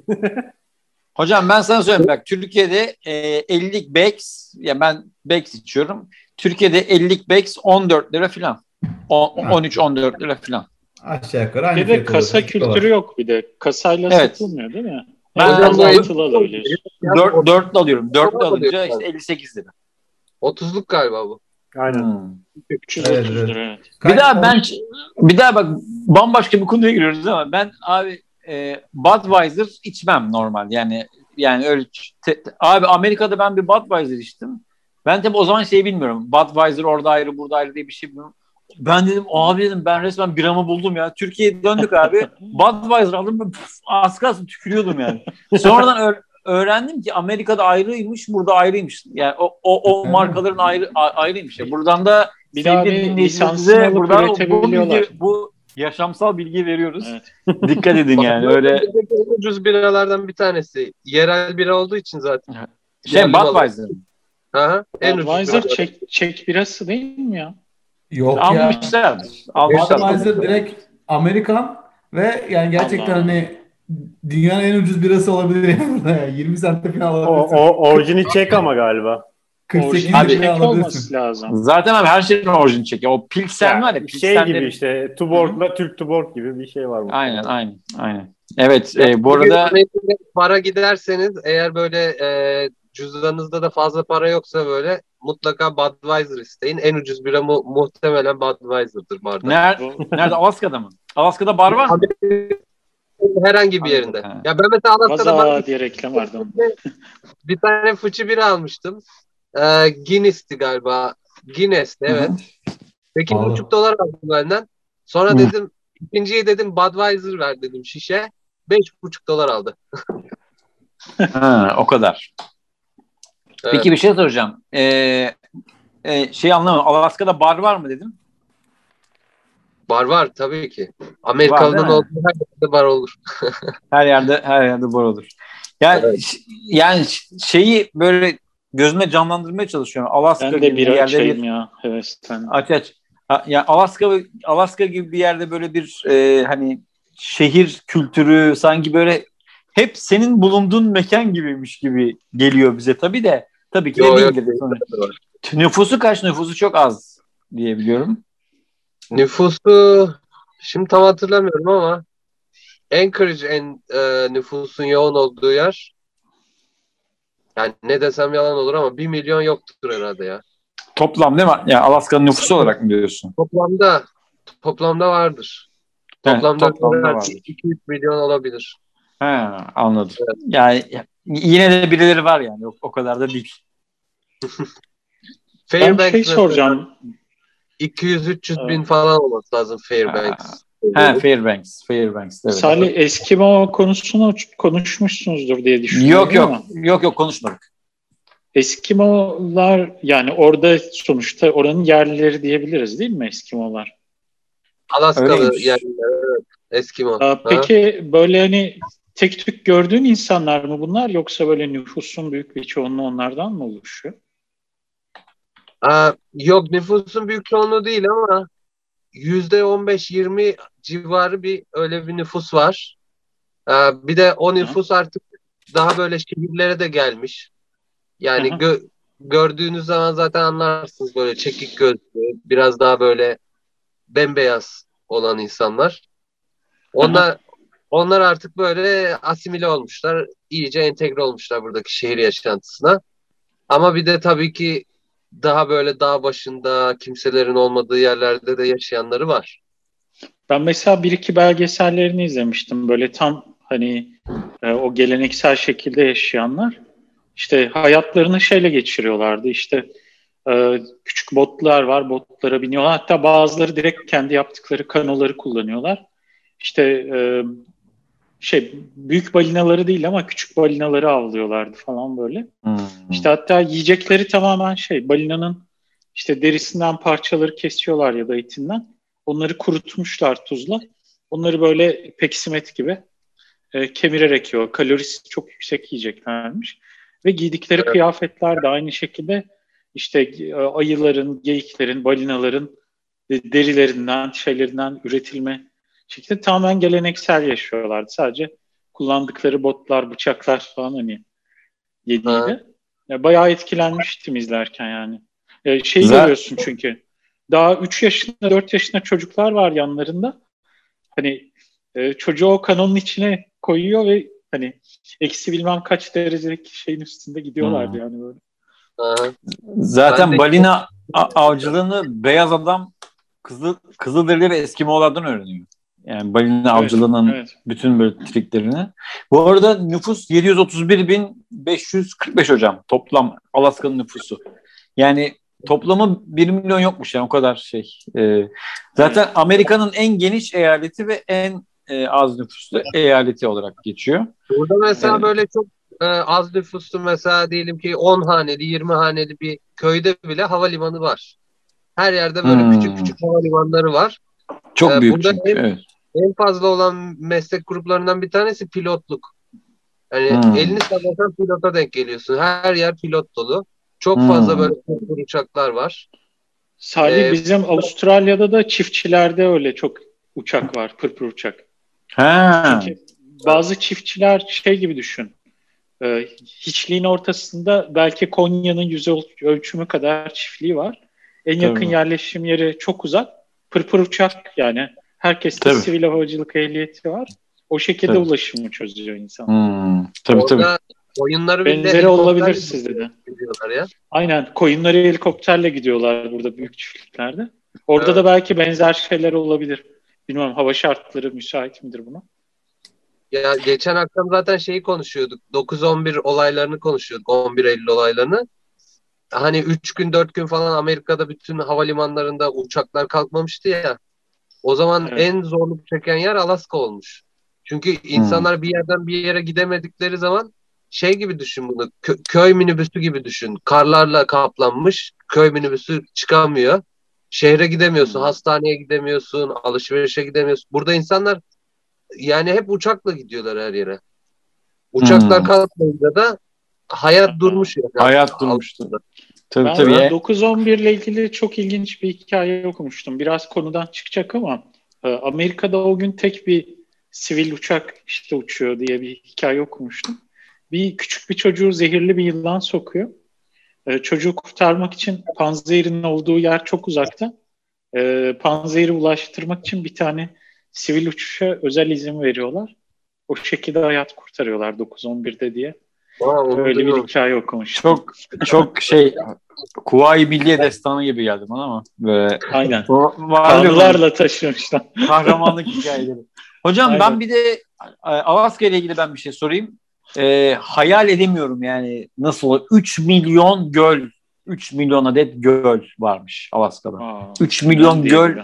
Speaker 1: Hocam ben sana söyleyeyim, bak Türkiye'de e, ellilik Bex, ya ben Bex içiyorum. Türkiye'de ellilik Bex on dört lira falan. on üç on dört lira falan.
Speaker 3: Aşağı yukarı aynı
Speaker 2: Bir de
Speaker 3: fiyat
Speaker 2: kasa
Speaker 3: oluyor.
Speaker 2: kültürü yok bir de. Kasayla
Speaker 1: Evet.
Speaker 2: satılmıyor değil mi?
Speaker 1: Ben
Speaker 2: En fazla
Speaker 4: hocam bu-
Speaker 2: altılı alabiliyorsun.
Speaker 1: Dört, dörtlü alıyorum. Dörtlü
Speaker 4: Tamam,
Speaker 1: alınca
Speaker 4: alıyor.
Speaker 1: işte elli sekiz lira.
Speaker 4: otuzluk galiba bu.
Speaker 5: Aynen.
Speaker 1: Hmm.
Speaker 2: üç yüz otuz
Speaker 3: Evet, evet.
Speaker 2: lira evet.
Speaker 3: Kaç-
Speaker 1: Bir daha ben bir daha bak, bambaşka bir konuya giriyoruz ama ben abi e, Budweiser içmem normal, yani yani öyle te- te- abi Amerika'da ben bir Budweiser içtim. Ben tabii o zaman şey bilmiyorum. Budweiser orada ayrı burada ayrı diye bir şey bilmiyorum. Ben dedim abi, dedim ben resmen biramı buldum ya. Türkiye'ye döndük abi. Budweiser aldım, ben puf, az kalsın tükürüyordum yani. Sonradan öğ- öğrendim ki Amerika'da ayrıymış, burada ayrıymış. Yani o o, o markaların ayrı a- ayrıymış. Ya. Buradan da
Speaker 2: Bir daha
Speaker 1: sevgili
Speaker 2: bir
Speaker 1: dinleyicilerimize
Speaker 2: lisansını alıp
Speaker 1: buradan bu
Speaker 2: üretebiliyorlar.
Speaker 1: bilgi, bu yaşamsal bilgi veriyoruz.
Speaker 2: Evet.
Speaker 1: Dikkat edin yani öyle
Speaker 4: En ucuz biralardan bir tanesi. Yerel bira olduğu için zaten.
Speaker 1: şey
Speaker 4: Yerli malı.
Speaker 1: Budweiser.
Speaker 4: Aha, en ucuz
Speaker 2: Budweiser
Speaker 4: biralar.
Speaker 2: çek, çek birası değil mi ya?
Speaker 3: Yok ya.
Speaker 1: Almışlardır. Almışlardır.
Speaker 3: Budweiser direkt Amerikan ve yani gerçekten
Speaker 2: Allah.
Speaker 3: hani dünyanın en ucuz birası olabilir yani burada. Yani yirmi sente falan
Speaker 5: O,
Speaker 3: alabilirsin.
Speaker 5: o orijini çek ama galiba.
Speaker 3: kırk sekiz
Speaker 2: Orijinal
Speaker 1: Abi,
Speaker 3: liraya
Speaker 2: çek olması
Speaker 3: alabilirsin.
Speaker 2: lazım.
Speaker 1: Zaten abi her şeyin orijini çekiyor. O Pilsen
Speaker 5: Yani
Speaker 1: var ya.
Speaker 5: şey
Speaker 1: Pilsenleri-
Speaker 5: gibi işte Tuborg'la Türk Tuborg gibi bir şey var.
Speaker 1: Aynen aynen aynen. Evet
Speaker 4: Ya,
Speaker 1: e, bu
Speaker 4: bugün
Speaker 1: arada
Speaker 4: Amerika'ya para giderseniz eğer böyle e, cüzdanınızda da fazla para yoksa böyle mutlaka Budweiser isteyin. En ucuz bira mu- muhtemelen Budweiser'dır bardak.
Speaker 1: nerede, nerede Alaska'da mı? Alaska'da bar var mı?
Speaker 4: Herhangi bir yerinde.
Speaker 1: Ha.
Speaker 4: Ya ben mesela Alaska'da
Speaker 2: Gaza
Speaker 4: bak-
Speaker 2: diye reklam vardı.
Speaker 4: bir tane fıçı bira almıştım. Ee, Guinness'ti galiba. Guinness'ti evet. sekiz
Speaker 3: Pahalı.
Speaker 4: buçuk dolar aldım benden. Sonra
Speaker 1: Hı.
Speaker 4: dedim ikinciyi dedim Budweiser ver dedim şişe. beş buçuk dolar aldı.
Speaker 1: Ha, o kadar.
Speaker 4: Evet.
Speaker 1: Peki bir şey soracağım. Ee, e, şey anlamadım. Alaska'da bar var mı dedim.
Speaker 4: Bar var tabii ki.
Speaker 1: Var değil
Speaker 4: Amerikalı'nın
Speaker 1: mi?
Speaker 4: olduğu her yerde bar olur.
Speaker 1: Her yerde her yerde bar olur. Yani
Speaker 4: Evet.
Speaker 1: ş- yani ş- şeyi böyle gözüme canlandırmaya çalışıyorum. Alaska
Speaker 2: Ben de
Speaker 1: gibi bir
Speaker 2: bir
Speaker 1: yerde
Speaker 2: açayım
Speaker 1: bir
Speaker 2: ya hevesten.
Speaker 1: aç aç. Ha, yani Alaska Alaska gibi bir yerde böyle bir e, hani şehir kültürü sanki böyle hep senin bulunduğun mekan gibiymiş gibi geliyor bize tabii de tabii ki de
Speaker 4: Yo, yo,
Speaker 1: değildir. Sonra, nüfusu kaç? Nüfusu çok az diye biliyorum.
Speaker 4: Nüfusu şimdi tam hatırlamıyorum ama Anchorage en e, nüfusun yoğun olduğu yer. Yani ne desem yalan olur ama bir milyon yoktur herhalde ya.
Speaker 1: Toplam değil mi? Yani Alaska'nın nüfusu olarak mı diyorsun?
Speaker 4: Toplamda toplamda vardır.
Speaker 1: He,
Speaker 4: Toplamda
Speaker 1: toplamda vardır.
Speaker 4: iki üç milyon olabilir.
Speaker 1: He, anladım.
Speaker 4: Evet.
Speaker 1: Yani yine de birileri var yani. O, o kadar da değil.
Speaker 2: Ben
Speaker 4: Fairbanks
Speaker 2: şey
Speaker 4: mesela
Speaker 2: soracağım.
Speaker 4: iki yüz üç yüz bin
Speaker 2: Evet.
Speaker 4: falan olması lazım
Speaker 1: Ha,
Speaker 4: Fairbanks.
Speaker 1: he, Fairbanks. Fairbanks. Evet.
Speaker 2: Salih, Eskimo konusunu konuşmuşsunuzdur diye düşünüyorum
Speaker 1: Yok yok.
Speaker 2: ama
Speaker 1: Yok yok konuşmadık.
Speaker 2: Eskimolar yani orada sonuçta oranın yerlileri diyebiliriz değil mi Eskimolar?
Speaker 4: Alaskalı
Speaker 1: Öyleymiş.
Speaker 4: yerliler, evet. Eskimo.
Speaker 2: Aa,
Speaker 4: Ha?
Speaker 2: peki böyle hani tek tük gördüğün insanlar mı bunlar yoksa böyle nüfusun büyük bir çoğunluğu onlardan mı oluşuyor?
Speaker 4: Aa, yok nüfusun büyük çoğunluğu değil ama yüzde on beş yirmi civarı bir öyle bir nüfus var. Aa, bir de o
Speaker 2: Hı
Speaker 4: nüfus artık daha böyle şehirlere de gelmiş. Yani
Speaker 2: hı.
Speaker 4: gö- gördüğünüz zaman zaten anlarsınız böyle çekik gözlü, biraz daha böyle bembeyaz olan insanlar.
Speaker 2: Hı hı.
Speaker 4: Onlar onlar artık böyle asimile olmuşlar, iyice entegre olmuşlar buradaki şehir yaşantısına. Ama bir de tabii ki daha böyle dağ başında kimselerin olmadığı yerlerde de yaşayanları var.
Speaker 2: Ben mesela bir iki belgesellerini izlemiştim. Böyle tam hani e, o geleneksel şekilde yaşayanlar işte hayatlarını şeyle geçiriyorlardı. İşte e, küçük botlar var, botlara biniyorlar. Hatta bazıları direkt kendi yaptıkları kanoları kullanıyorlar. İşte e, şey büyük balinaları değil ama küçük balinaları avlıyorlardı falan böyle.
Speaker 1: Hmm.
Speaker 2: İşte hatta yiyecekleri tamamen şey balinanın işte derisinden parçaları kesiyorlar ya da etinden. Onları kurutmuşlar tuzla. Onları böyle peksimet gibi e, kemirerek yiyor. Kalorisi çok yüksek yiyeceklermiş. Ve giydikleri
Speaker 4: Evet.
Speaker 2: kıyafetler de aynı şekilde işte e, ayıların, geyiklerin, balinaların e, derilerinden, şeylerinden üretilme şekilde tamamen geleneksel yaşıyorlardı. Sadece kullandıkları botlar, bıçaklar falan hani
Speaker 4: Ha,
Speaker 2: yediğiyle. Ya bayağı etkilenmiştim izlerken yani. E, şeyi
Speaker 1: Za-
Speaker 2: görüyorsun çünkü. Daha üç yaşında, dört yaşında çocuklar var yanlarında. Hani e, çocuğu o kanonun içine koyuyor ve hani eksi bilmem kaç derecelik şeyin üstünde gidiyorlardı
Speaker 1: Hmm.
Speaker 2: yani böyle.
Speaker 4: ha. Ben
Speaker 1: Zaten
Speaker 4: de
Speaker 1: balina a- avcılığını beyaz adam Kızıl Kızılderili ve Eskimolardan öğreniyor. Yani balina
Speaker 2: Evet,
Speaker 1: avcılığının
Speaker 2: evet.
Speaker 1: bütün böyle triklerini. Bu arada nüfus yedi yüz otuz bir bin beş yüz kırk beş hocam. Toplam Alaska'nın nüfusu. Yani toplamı bir milyon yokmuş yani o kadar şey. Ee, zaten
Speaker 2: Evet.
Speaker 1: Amerika'nın en geniş eyaleti ve en e, az nüfuslu eyaleti olarak geçiyor.
Speaker 4: burada mesela
Speaker 1: Ee,
Speaker 4: böyle çok e, az nüfuslu mesela diyelim ki on haneli, yirmi haneli bir köyde bile havalimanı var. Her yerde böyle küçük
Speaker 1: hmm,
Speaker 4: küçük havalimanları var.
Speaker 1: çok
Speaker 4: E,
Speaker 1: büyük
Speaker 4: burada
Speaker 1: çünkü.
Speaker 4: en,
Speaker 1: Evet.
Speaker 4: en fazla olan meslek gruplarından bir tanesi pilotluk. Yani
Speaker 1: Hmm,
Speaker 4: elini sallasan pilota denk geliyorsun. Her yer pilot dolu. Çok fazla
Speaker 1: hmm.
Speaker 4: böyle çok uçaklar var.
Speaker 2: Salih
Speaker 4: E,
Speaker 2: bizim Avustralya'da da çiftçilerde öyle çok uçak var, pırpır uçak.
Speaker 1: Ha,
Speaker 2: Çünkü bazı çiftçiler şey gibi düşün. E, hiçliğin ortasında belki Konya'nın yüz öl- ölçümü kadar çiftliği var. En yakın
Speaker 1: tabii.
Speaker 2: yerleşim yeri çok uzak. Pırpır uçak yani. Herkeste
Speaker 1: Tabii.
Speaker 2: sivil havacılık ehliyeti var. O şekilde
Speaker 1: Tabii.
Speaker 2: ulaşımı çözüyor insan.
Speaker 1: Hmm, tabii tabii.
Speaker 4: orada oyunları bile
Speaker 2: Benzeri olabilir
Speaker 4: helikopterle
Speaker 2: sizde de.
Speaker 4: gidiyorlar ya.
Speaker 2: Aynen. Koyunları helikopterle gidiyorlar burada büyük çiftliklerde. Orada da
Speaker 4: Evet.
Speaker 2: belki benzer şeyler olabilir. Bilmiyorum hava şartları müsait midir buna?
Speaker 4: Ya geçen akşam zaten şeyi konuşuyorduk. dokuz on bir olaylarını konuşuyorduk. on bir Eylül olaylarını. Hani üç gün dört gün falan Amerika'da bütün havalimanlarında uçaklar kalkmamıştı ya. O zaman
Speaker 2: Evet.
Speaker 4: en zorluk çeken yer Alaska olmuş. Çünkü insanlar bir yerden bir yere gidemedikleri zaman şey gibi düşün bunu. Kö- köy minibüsü gibi düşün. Karlarla kaplanmış. Köy minibüsü çıkamıyor. Şehre gidemiyorsun,
Speaker 1: Hmm.
Speaker 4: hastaneye gidemiyorsun, alışverişe gidemiyorsun. Burada insanlar yani hep uçakla gidiyorlar her yere. Uçaklar
Speaker 1: Hmm.
Speaker 4: kalkmayınca da hayat durmuş yani.
Speaker 1: Hayat durmuştu. Tabii
Speaker 2: Ben
Speaker 1: tabii.
Speaker 2: dokuz on bir ile ilgili çok ilginç bir hikaye okumuştum. Biraz konudan çıkacak ama e, Amerika'da o gün tek bir sivil uçak işte uçuyor diye bir hikaye okumuştum. Bir küçük bir çocuğu zehirli bir yılan sokuyor. E, çocuğu kurtarmak için panzehirin olduğu yer çok uzakta. E, panzehiri ulaştırmak için bir tane sivil uçuşa özel izin veriyorlar. O şekilde hayat kurtarıyorlar dokuz on birde diye.
Speaker 4: Aa, onu
Speaker 2: Öyle bir
Speaker 4: duymamıştım.
Speaker 2: hikaye okumuştum.
Speaker 1: Çok çok şey Kuvayi Milliye destanı gibi geldi bana ama böyle
Speaker 2: Aynen.
Speaker 1: o- vardı ya
Speaker 2: Kanlılarla taşımışlar.
Speaker 1: böyle kahramanlık hikayeleri. Hocam ben
Speaker 2: Aynen.
Speaker 1: bir de e, Alaska ile ilgili ben bir şey sorayım. E, hayal edemiyorum yani nasıl olur? üç milyon göl, üç milyon adet göl varmış Alaska'da.
Speaker 2: Aa,
Speaker 1: üç milyon
Speaker 2: diye
Speaker 1: göl
Speaker 2: bir-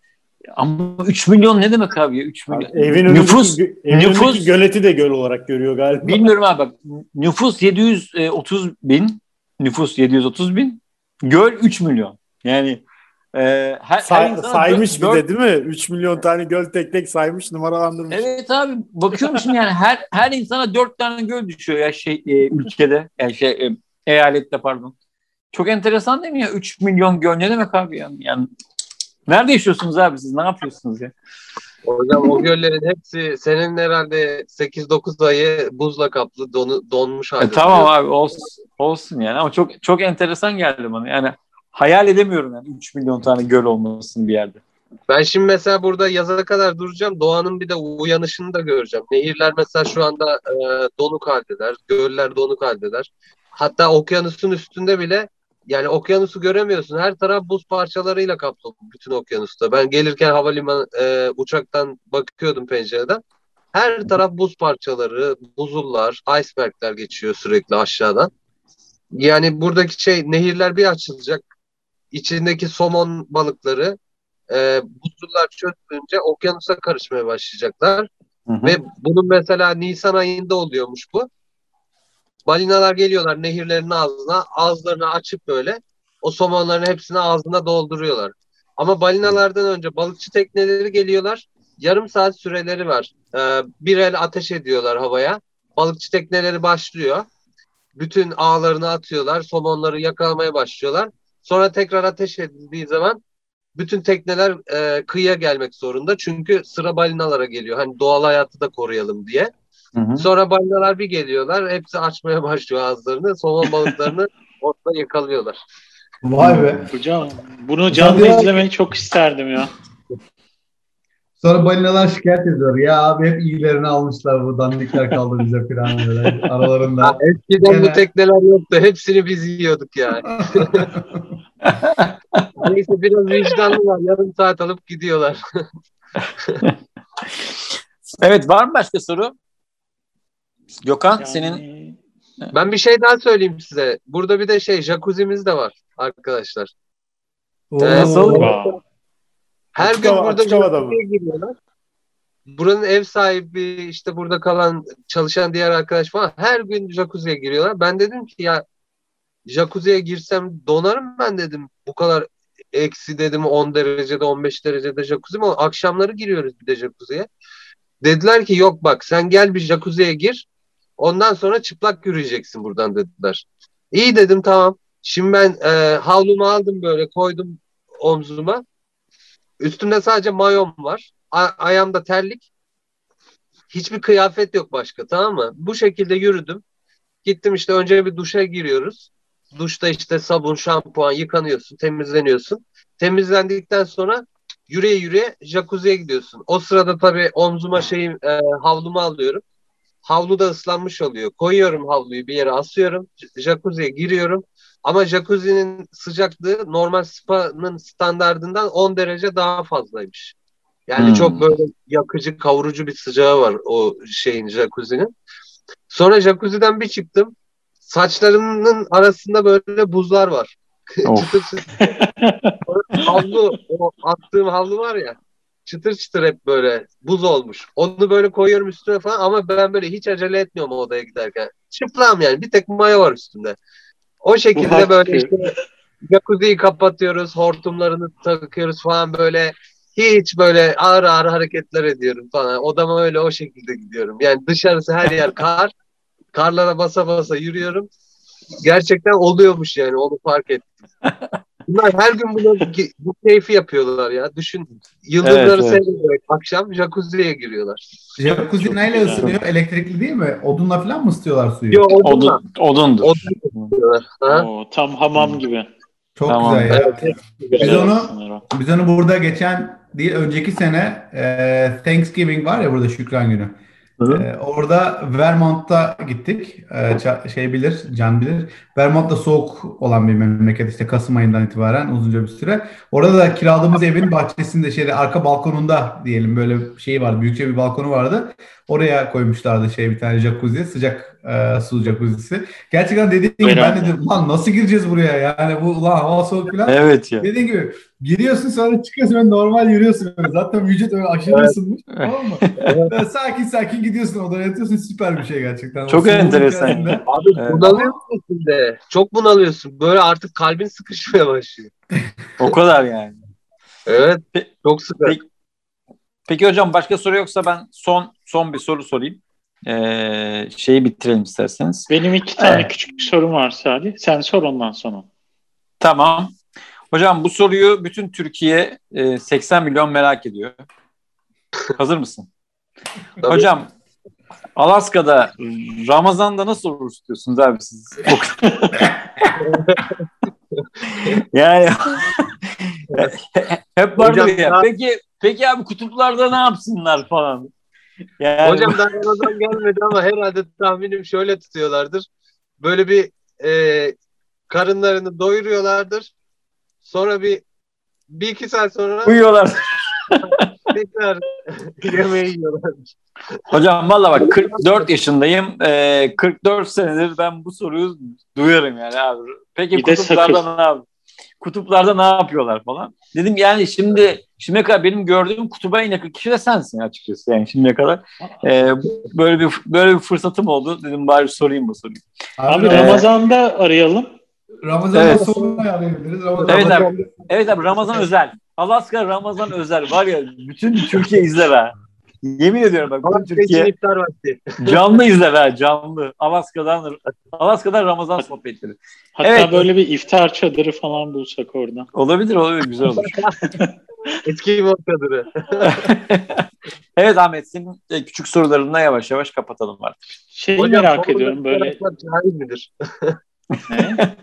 Speaker 1: Ama üç milyon ne demek abi ya? üç
Speaker 5: Abi
Speaker 1: milyon.
Speaker 5: evin önündeki,
Speaker 1: nüfus
Speaker 5: gö- evin
Speaker 1: nüfus
Speaker 5: önündeki göleti de göl olarak görüyor galiba.
Speaker 1: bilmiyorum abi bak nüfus yedi yüz otuz bin nüfus yedi yüz otuz bin göl üç milyon yani e, her, her
Speaker 5: Say-
Speaker 1: insana
Speaker 5: saymış
Speaker 1: dört-
Speaker 5: bir de değil mi? üç milyon tane göl tek tek saymış, numaralandırmış.
Speaker 1: evet abi bakıyorum şimdi yani her her insana dört tane göl düşüyor ya şey e, ülkede yani şey e, eyalette pardon. Çok enteresan değil mi ya? üç milyon göl ne demek abi yani? Yani nerede yaşıyorsunuz abi siz? Ne yapıyorsunuz ya?
Speaker 4: Hocam o göllerin hepsi senin herhalde sekiz dokuz ayı buzla kaplı donu, donmuş halde.
Speaker 1: E, tamam abi olsun, olsun yani ama çok çok enteresan geldi bana. Yani hayal edemiyorum yani üç milyon tane göl olmasını bir yerde.
Speaker 4: Ben şimdi mesela burada yaza kadar duracağım. Doğanın bir de uyanışını da göreceğim. Nehirler mesela şu anda e, donuk haldeler. Göller donuk haldeler. Hatta okyanusun üstünde bile yani okyanusu göremiyorsun. Her taraf buz parçalarıyla kaplı bütün okyanusta. Ben gelirken havalimanı e, uçaktan bakıyordum pencereden. Her taraf buz parçaları, buzullar, icebergler geçiyor sürekli aşağıdan. Yani buradaki şey nehirler bir açılacak. İçindeki somon balıkları e, buzullar çözülünce okyanusa karışmaya başlayacaklar.
Speaker 1: Hı hı.
Speaker 4: Ve bunun mesela Nisan ayında oluyormuş bu. Balinalar geliyorlar nehirlerin ağzına, ağızlarını açıp böyle o somonların hepsini ağzına dolduruyorlar. Ama balinalardan önce balıkçı tekneleri geliyorlar. Yarım saat süreleri var. Ee, bir el ateş ediyorlar havaya. Balıkçı tekneleri başlıyor. Bütün ağlarını atıyorlar. Somonları yakalamaya başlıyorlar. Sonra tekrar ateş edildiği zaman bütün tekneler e, kıyıya gelmek zorunda. Çünkü sıra balinalara geliyor. Hani doğal hayatı da koruyalım diye.
Speaker 1: Hı hı.
Speaker 4: Sonra balinalar bir geliyorlar. Hepsi açmaya başlıyor ağızlarını. Somon balıklarını ortada yakalıyorlar.
Speaker 3: Vay be.
Speaker 2: Hocam bunu canlı
Speaker 3: diyorlar ki-
Speaker 2: izlemeyi çok isterdim ya.
Speaker 3: Sonra balinalar şikayet ediyor. Ya abi hep iyilerini almışlar, bu dandikler kaldı bize falan böyle aralarında.
Speaker 4: Eskiden
Speaker 3: Gene-
Speaker 4: bu tekneler yoktu. Hepsini biz yiyorduk yani. Neyse biraz vicdanlılar. Yarım saat alıp gidiyorlar.
Speaker 1: Evet var mı başka soru? Gökhan
Speaker 2: Yani,
Speaker 1: senin
Speaker 4: Ben bir şey daha söyleyeyim size. Burada bir de şey jacuzzi'miz de var arkadaşlar.
Speaker 3: Oo.
Speaker 1: Nasıl?
Speaker 2: wow.
Speaker 4: Her
Speaker 5: Açık
Speaker 4: gün
Speaker 5: hava-
Speaker 4: burada
Speaker 5: açık havada mı?
Speaker 4: jacuzziye giriyorlar. Buranın ev sahibi işte burada kalan çalışan diğer arkadaş falan her gün jacuzziye giriyorlar. Ben dedim ki ya jacuzziye girsem donarım ben dedim. Bu kadar eksi dedim on derecede on beş derecede jacuzzi mi? Akşamları giriyoruz bir de jacuzziye. Dediler ki yok bak sen gel bir jacuzziye gir. Ondan sonra çıplak yürüyeceksin buradan dediler. İyi dedim tamam. Şimdi ben e, havlumu aldım böyle koydum omzuma. Üstümde sadece mayom var. A- ayağımda terlik. Hiçbir kıyafet yok başka tamam mı? Bu şekilde yürüdüm. Gittim işte önce bir duşa giriyoruz. Duşta işte sabun, şampuan yıkanıyorsun, temizleniyorsun. Temizlendikten sonra yürüye yürüye jacuzziye gidiyorsun. O sırada tabii omzuma şeyim e, havlumu alıyorum. Havlu da ıslanmış oluyor. Koyuyorum havluyu bir yere asıyorum. J- Jacuzziye giriyorum. Ama jacuzzi'nin sıcaklığı normal spa'nın standardından on derece daha fazlaymış. Yani
Speaker 1: Hmm.
Speaker 4: çok böyle yakıcı, kavurucu bir sıcağı var o şeyin jacuzzi'nin. Sonra jacuzzi'den bir çıktım. Saçlarımın arasında böyle buzlar var.
Speaker 1: Of.
Speaker 4: Çıtır çıtır. Havlu, o attığım havlu var ya. çıtır çıtır hep böyle buz olmuş. Onu böyle koyuyorum üstüne falan ama ben böyle hiç acele etmiyorum odaya giderken. Çıplağım yani. Bir tek mayo var üstünde. O şekilde böyle işte jacuzziyi kapatıyoruz, hortumlarını takıyoruz falan böyle. Hiç böyle ağır ağır hareketler ediyorum falan. Odama öyle o şekilde gidiyorum. Yani dışarısı her yer kar. Karlara basa basa yürüyorum. Gerçekten oluyormuş yani. Onu fark ettim. Bunlar her gün bunu, bu keyfi yapıyorlar ya. Düşün. Yıldızları
Speaker 1: Evet, evet.
Speaker 4: seyrederek akşam jacuzziye giriyorlar.
Speaker 3: Jacuzzi neyle
Speaker 2: güzel.
Speaker 3: ısınıyor? Elektrikli değil mi? Odunla falan mı ısıtıyorlar suyu?
Speaker 4: Yo, odunla.
Speaker 1: Odun, odundur.
Speaker 4: Odunla ısıtıyorlar. Ha?
Speaker 2: Oo, tam hamam gibi.
Speaker 3: Çok
Speaker 1: Tamam.
Speaker 3: güzel ya.
Speaker 4: Evet,
Speaker 3: Biz
Speaker 2: Güzel
Speaker 3: onu
Speaker 2: aslında o.
Speaker 3: biz onu burada geçen değil önceki sene e, Thanksgiving var ya burada Şükran Günü. E, orada Vermont'ta gittik. E, ça- şey bilir, Can bilir. Vermont'ta soğuk olan bir memleket işte Kasım ayından itibaren uzunca bir süre. Orada da kiraladığımız evin bahçesinde şeyde arka balkonunda diyelim böyle şey vardı. Büyükçe bir balkonu vardı. Oraya koymuşlardı şey bir tane jacuzzi, sıcak e, su jacuzzisi. Gerçekten dediğim gibi ben de dedim lan nasıl gireceğiz buraya yani bu ulan hava soğuk falan.
Speaker 1: Evet ya.
Speaker 3: Dediğim gibi giriyorsun sonra çıkıyorsun böyle normal yürüyorsun böyle. Zaten vücut öyle aşırı
Speaker 4: Evet.
Speaker 3: ısınmış tamam mı? Böyle sakin sakin gidiyorsun odaya yatıyorsun süper bir şey gerçekten. O
Speaker 1: Çok
Speaker 3: soğuğun
Speaker 1: enteresan.
Speaker 3: içerisinde.
Speaker 4: Abi
Speaker 1: Evet.
Speaker 4: bunalıyorsun içinde. Çok bunalıyorsun. Böyle artık kalbin sıkışmaya başlıyor.
Speaker 1: O kadar yani.
Speaker 4: Evet.
Speaker 1: Pe-
Speaker 4: Çok sıkı.
Speaker 1: Peki, peki hocam başka soru yoksa ben son son bir soru sorayım. Ee, şeyi bitirelim isterseniz.
Speaker 2: Benim iki tane
Speaker 1: Evet.
Speaker 2: küçük bir sorum var Salih. Sen sor ondan sonra.
Speaker 1: Tamam. Hocam bu soruyu bütün Türkiye e, seksen milyon merak ediyor. Hazır mısın?
Speaker 4: Tabii.
Speaker 1: Hocam Alaska'da Ramazan'da nasıl oruç tutuyorsunuz abi siz? Yani hep vardır
Speaker 4: Hocam,
Speaker 1: ya.
Speaker 4: daha-
Speaker 1: Peki peki abi kutuplarda ne yapsınlar falan? Yani
Speaker 4: Hocam daha Ramazan gelmedi ama herhalde tahminim şöyle tutuyorlardır. Böyle bir e, karınlarını doyuruyorlardır. Sonra bir bir iki saat sonra
Speaker 1: uyuyorlar.
Speaker 4: tekrar yemeği yiyorlardır.
Speaker 1: Hocam valla bak kırk dört yaşındayım. Ee, kırk dört senedir ben bu soruyu duyarım yani abi. Peki
Speaker 2: Bir de
Speaker 1: kutuplarda ne yap? Kutuplarda ne yapıyorlar falan. Dedim yani şimdi şimdiye kadar benim gördüğüm kutuba en yakın kişi de sensin açıkçası. Yani şimdiye kadar Ee, böyle bir böyle bir fırsatım oldu. Dedim bari sorayım bu soruyu.
Speaker 2: Abi,
Speaker 3: Ramazan-
Speaker 2: Ramazan'da arayalım.
Speaker 3: Ramazan'dan
Speaker 1: Evet.
Speaker 3: sonra arayabiliriz. Ramazan
Speaker 1: Evet abi. Evet abi Ramazan özel. Alaska Ramazan özel. Var ya bütün Türkiye izler ha. Yemin ediyorum bak bütün
Speaker 4: Alaska için
Speaker 1: Türkiye
Speaker 4: iftar vakti.
Speaker 1: canlı izler ha canlı. Alaska'dan Alaska'dan Ramazan sohbetleri.
Speaker 2: Hatta
Speaker 1: Evet.
Speaker 2: böyle bir iftar çadırı falan bulsak orada.
Speaker 1: Olabilir olabilir güzel olur.
Speaker 4: Eski bir çadırı.
Speaker 1: Evet Ahmet senin e, küçük sorularınla yavaş yavaş kapatalım artık.
Speaker 2: Şeyi
Speaker 4: Hocam,
Speaker 2: merak
Speaker 4: sorunun
Speaker 2: ediyorum böyle.
Speaker 4: taraflar cahil midir?
Speaker 2: Ne?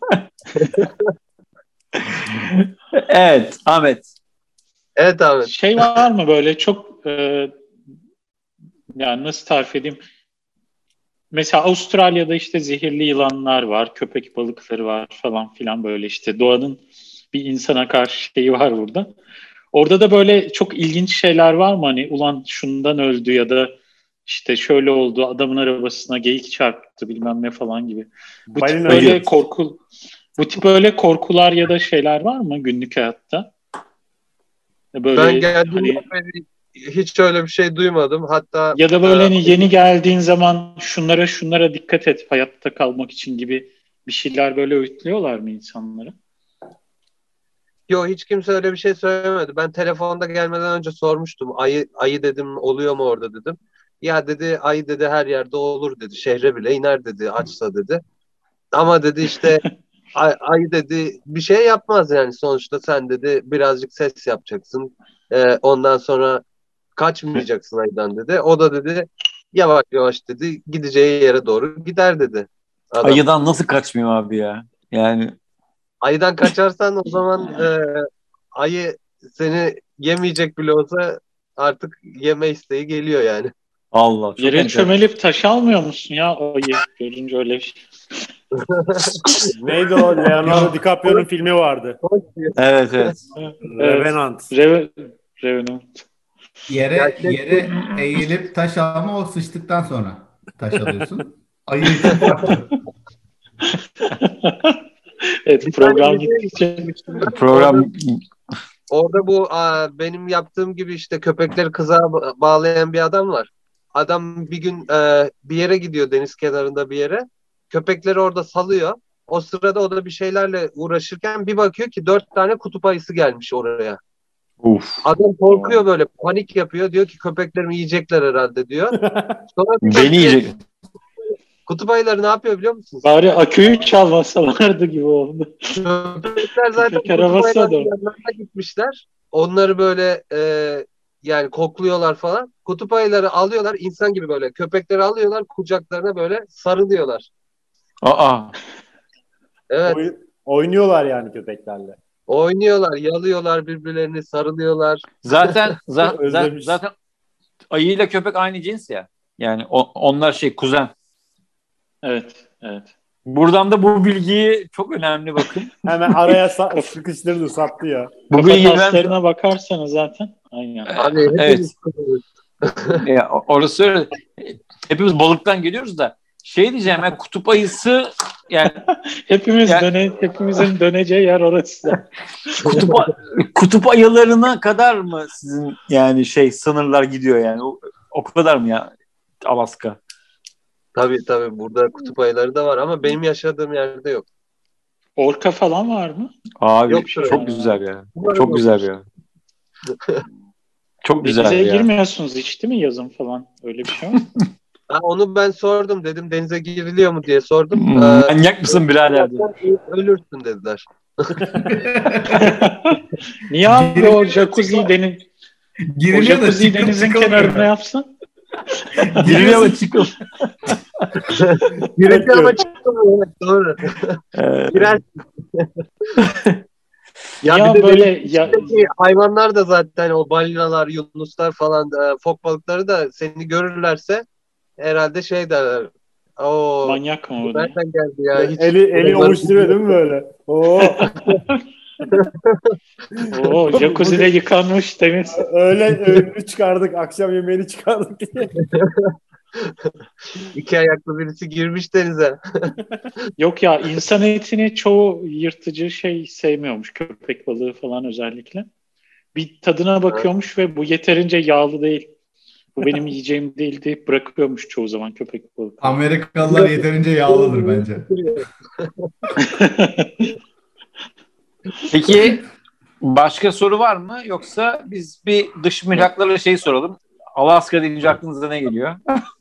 Speaker 1: Evet Ahmet.
Speaker 4: Evet abi.
Speaker 2: Şey var mı böyle çok e, yani nasıl tarif edeyim? Mesela Avustralya'da işte zehirli yılanlar var, köpek balıkları var falan filan böyle işte doğanın bir insana karşı şeyi var burada. Orada da böyle çok ilginç şeyler var mı? Hani ulan şundan öldü ya da işte şöyle oldu adamın arabasına geyik çarptı bilmem ne falan gibi. Bu tip
Speaker 5: Balina
Speaker 2: böyle
Speaker 1: yiyor.
Speaker 2: korku bu tip böyle korkular ya da şeyler var mı günlük hayatta? Böyle
Speaker 4: Ben geldiğimde
Speaker 2: hani
Speaker 4: beri hiç öyle bir şey duymadım. Hatta
Speaker 2: ya da böyle
Speaker 4: e,
Speaker 2: hani yeni geldiğin zaman şunlara şunlara dikkat et hayatta kalmak için gibi bir şeyler böyle öğütlüyorlar mı insanlara?
Speaker 4: Yo, hiç kimse öyle bir şey söylemedi. Ben telefonda gelmeden önce sormuştum. Ayı ayı dedim oluyor mu orada dedim. Ya dedi ayı dedi her yerde olur dedi. Şehre bile iner dedi açsa dedi. Ama dedi işte ay, ayı dedi bir şey yapmaz yani sonuçta sen dedi birazcık ses yapacaksın. Ee, ondan sonra kaçmayacaksın ayıdan dedi. O da dedi yavaş yavaş dedi gideceği yere doğru gider dedi. Adam.
Speaker 1: Ayıdan nasıl kaçmıyor abi ya? Yani
Speaker 4: Ayıdan kaçarsan o zaman e, ayı seni yemeyecek bile olsa artık yeme isteği geliyor yani.
Speaker 1: Allah çok
Speaker 2: Yere
Speaker 1: enteresan.
Speaker 2: çömelip taş almıyor musun ya ayı görünce öyle bir şey.
Speaker 5: Neydi o? Leonardo DiCaprio'nun filmi vardı.
Speaker 1: Evet evet.
Speaker 5: Revenant.
Speaker 2: Reve, Revenant.
Speaker 3: Yere
Speaker 4: Gerçek-
Speaker 3: yere eğilip taş alma o sıçtıktan sonra taş alıyorsun. Ayı için farklı.
Speaker 2: Evet
Speaker 4: Bir
Speaker 2: program
Speaker 4: tane video
Speaker 2: gittikçe.
Speaker 4: izlemiştim ben.
Speaker 1: Program
Speaker 4: orada bu a, benim yaptığım gibi işte köpekleri kızağa ba- bağlayan bir adam var. Adam bir gün e, bir yere gidiyor, deniz kenarında bir yere. Köpekleri orada salıyor. O sırada o da bir şeylerle uğraşırken bir bakıyor ki dört tane kutup ayısı gelmiş oraya.
Speaker 1: Uf.
Speaker 4: Adam korkuyor, böyle panik yapıyor. Diyor ki köpeklerimi yiyecekler herhalde diyor. Sonra bir
Speaker 1: Beni
Speaker 4: bakıyor,
Speaker 1: yiyecek.
Speaker 4: kutup ayıları ne yapıyor biliyor musunuz?
Speaker 2: Bari aküyü çalmasalardı gibi oldu.
Speaker 4: Köpekler zaten
Speaker 2: Köpek
Speaker 4: kutup
Speaker 2: arabası
Speaker 4: ayılarının
Speaker 2: da.
Speaker 4: yanlarına gitmişler. Onları böyle e, yani kokluyorlar falan. Kutup ayıları alıyorlar, insan gibi böyle köpekleri alıyorlar, kucaklarına böyle sarılıyorlar.
Speaker 1: Aa.
Speaker 4: Evet.
Speaker 5: Oy- oynuyorlar yani köpeklerle.
Speaker 4: Oynuyorlar, yalıyorlar birbirlerini, sarılıyorlar.
Speaker 1: Zaten za- za-
Speaker 5: Özlemiş.
Speaker 1: zaten ayıyla köpek aynı cins ya. Yani o- onlar şey kuzen.
Speaker 2: Evet, evet.
Speaker 1: Buradan da bu bilgiyi çok önemli bakın.
Speaker 5: Hemen araya sa- sıkıştırdı, sattı ya.
Speaker 1: Bu
Speaker 2: Kafa
Speaker 1: bilgiyi ben
Speaker 2: taslarına bakarsanız zaten. Aynen.
Speaker 4: Abi
Speaker 1: evet.
Speaker 4: hepimiz kızıyoruz.
Speaker 1: Ya, o- orası öyle. Hepimiz balıktan geliyoruz da şey diyeceğim ya, kutup ayısı yani
Speaker 2: Hepimiz
Speaker 1: Yani-
Speaker 2: döne, hepimizin döneceği yer orası.
Speaker 1: kutup kutup ayılarına kadar mı sizin yani şey sınırlar gidiyor yani o, o kadar mı ya Alaska?
Speaker 4: Tabii tabii, burada kutup ayıları da var ama benim yaşadığım yerde yok.
Speaker 2: Orka falan var mı?
Speaker 1: Abi
Speaker 4: Yoktur
Speaker 1: çok
Speaker 2: yani.
Speaker 1: güzel ya.
Speaker 4: Umarım
Speaker 1: Çok
Speaker 4: yoktur.
Speaker 1: güzel ya. Çok güzel
Speaker 2: Denize
Speaker 1: ya.
Speaker 2: girmiyorsunuz hiç değil mi yazın falan? Öyle bir şey var mı?
Speaker 4: Ha, onu ben sordum, dedim denize giriliyor mu diye sordum. Ee,
Speaker 1: Manyak mısın birader diye.
Speaker 4: ölürsün dediler.
Speaker 2: Niye abi o jacuzzi deniz o
Speaker 3: Giriliyor da
Speaker 2: jacuzzi
Speaker 3: çıkıp
Speaker 2: denizin
Speaker 3: çıkamıyor.
Speaker 2: kenarına yapsan?
Speaker 1: Giriliyor ama çıkıl.
Speaker 4: Gireceğim ama çıkamıyor. Evet, doğru. Girer. Ya
Speaker 2: Ya
Speaker 4: bir de
Speaker 2: böyle
Speaker 4: böyle
Speaker 2: ya,
Speaker 4: hayvanlar da zaten, o balinalar, yunuslar falan, e, fok balıkları da seni görürlerse herhalde şey derler. Oo,
Speaker 2: manyak mı
Speaker 4: bu
Speaker 2: o diye.
Speaker 4: nereden geldi ya? Hiç
Speaker 5: Eli eli
Speaker 4: buraları-
Speaker 5: ovuşturuyor değil mi böyle? Oo.
Speaker 2: Oo, jacuzzi'de yıkanmış temiz.
Speaker 5: Öğle öğünü çıkardık, akşam yemeğini çıkardık diye.
Speaker 4: İki ayaklı birisi girmiş denize.
Speaker 2: Yok ya, insan etini çoğu yırtıcı şey sevmiyormuş, köpek balığı falan özellikle. Bir tadına bakıyormuş ve bu yeterince yağlı değil. Bu benim yiyeceğim değil deyip bırakıyormuş çoğu zaman köpek balığı.
Speaker 3: Amerikalılar yeterince yağlıdır bence.
Speaker 1: Peki başka soru var mı? Yoksa biz bir dış mihraklara şey soralım. Alaska deyince aklınıza ne geliyor?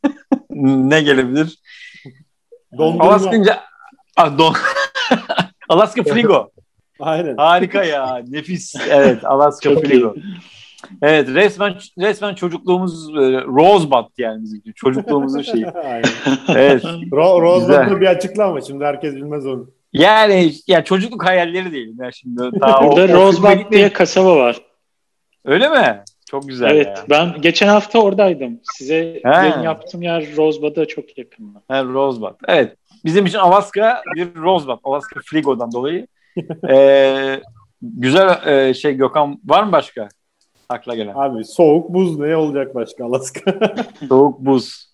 Speaker 1: Ne gelebilir?
Speaker 5: Dondurma.
Speaker 1: Alaska deyince ah, don... Alaska Frigo.
Speaker 5: Aynen.
Speaker 1: Harika ya. Nefis. Evet. Alaska
Speaker 2: Çok
Speaker 1: Frigo. Evet. Resmen resmen çocukluğumuz böyle, Rosebud yani bizim için. Çocukluğumuzun şeyi.
Speaker 5: Aynen.
Speaker 1: Evet.
Speaker 5: Ro-
Speaker 1: Güzel.
Speaker 5: Rosebud'u bir açıkla ama şimdi herkes bilmez onu.
Speaker 1: Yani ya çocukluk hayalleri değil. Ya şimdi daha o-
Speaker 2: Burada
Speaker 1: o filme
Speaker 2: Rosebud
Speaker 1: gitmeyin.
Speaker 2: diye kasaba var.
Speaker 1: Öyle mi? Çok güzel
Speaker 2: Evet,
Speaker 1: ya.
Speaker 2: ben geçen hafta oradaydım. Size
Speaker 1: He.
Speaker 2: yayın yaptığım yer Rosebud'a çok yakın.
Speaker 1: Ha, Rosebud. Evet. Bizim için Alaska bir Rosebud. Alaska Frigo'dan dolayı. Ee, güzel e, şey Gökhan, var mı başka akla gelen?
Speaker 5: Abi soğuk buz ne olacak başka Alaska?
Speaker 1: Soğuk buz.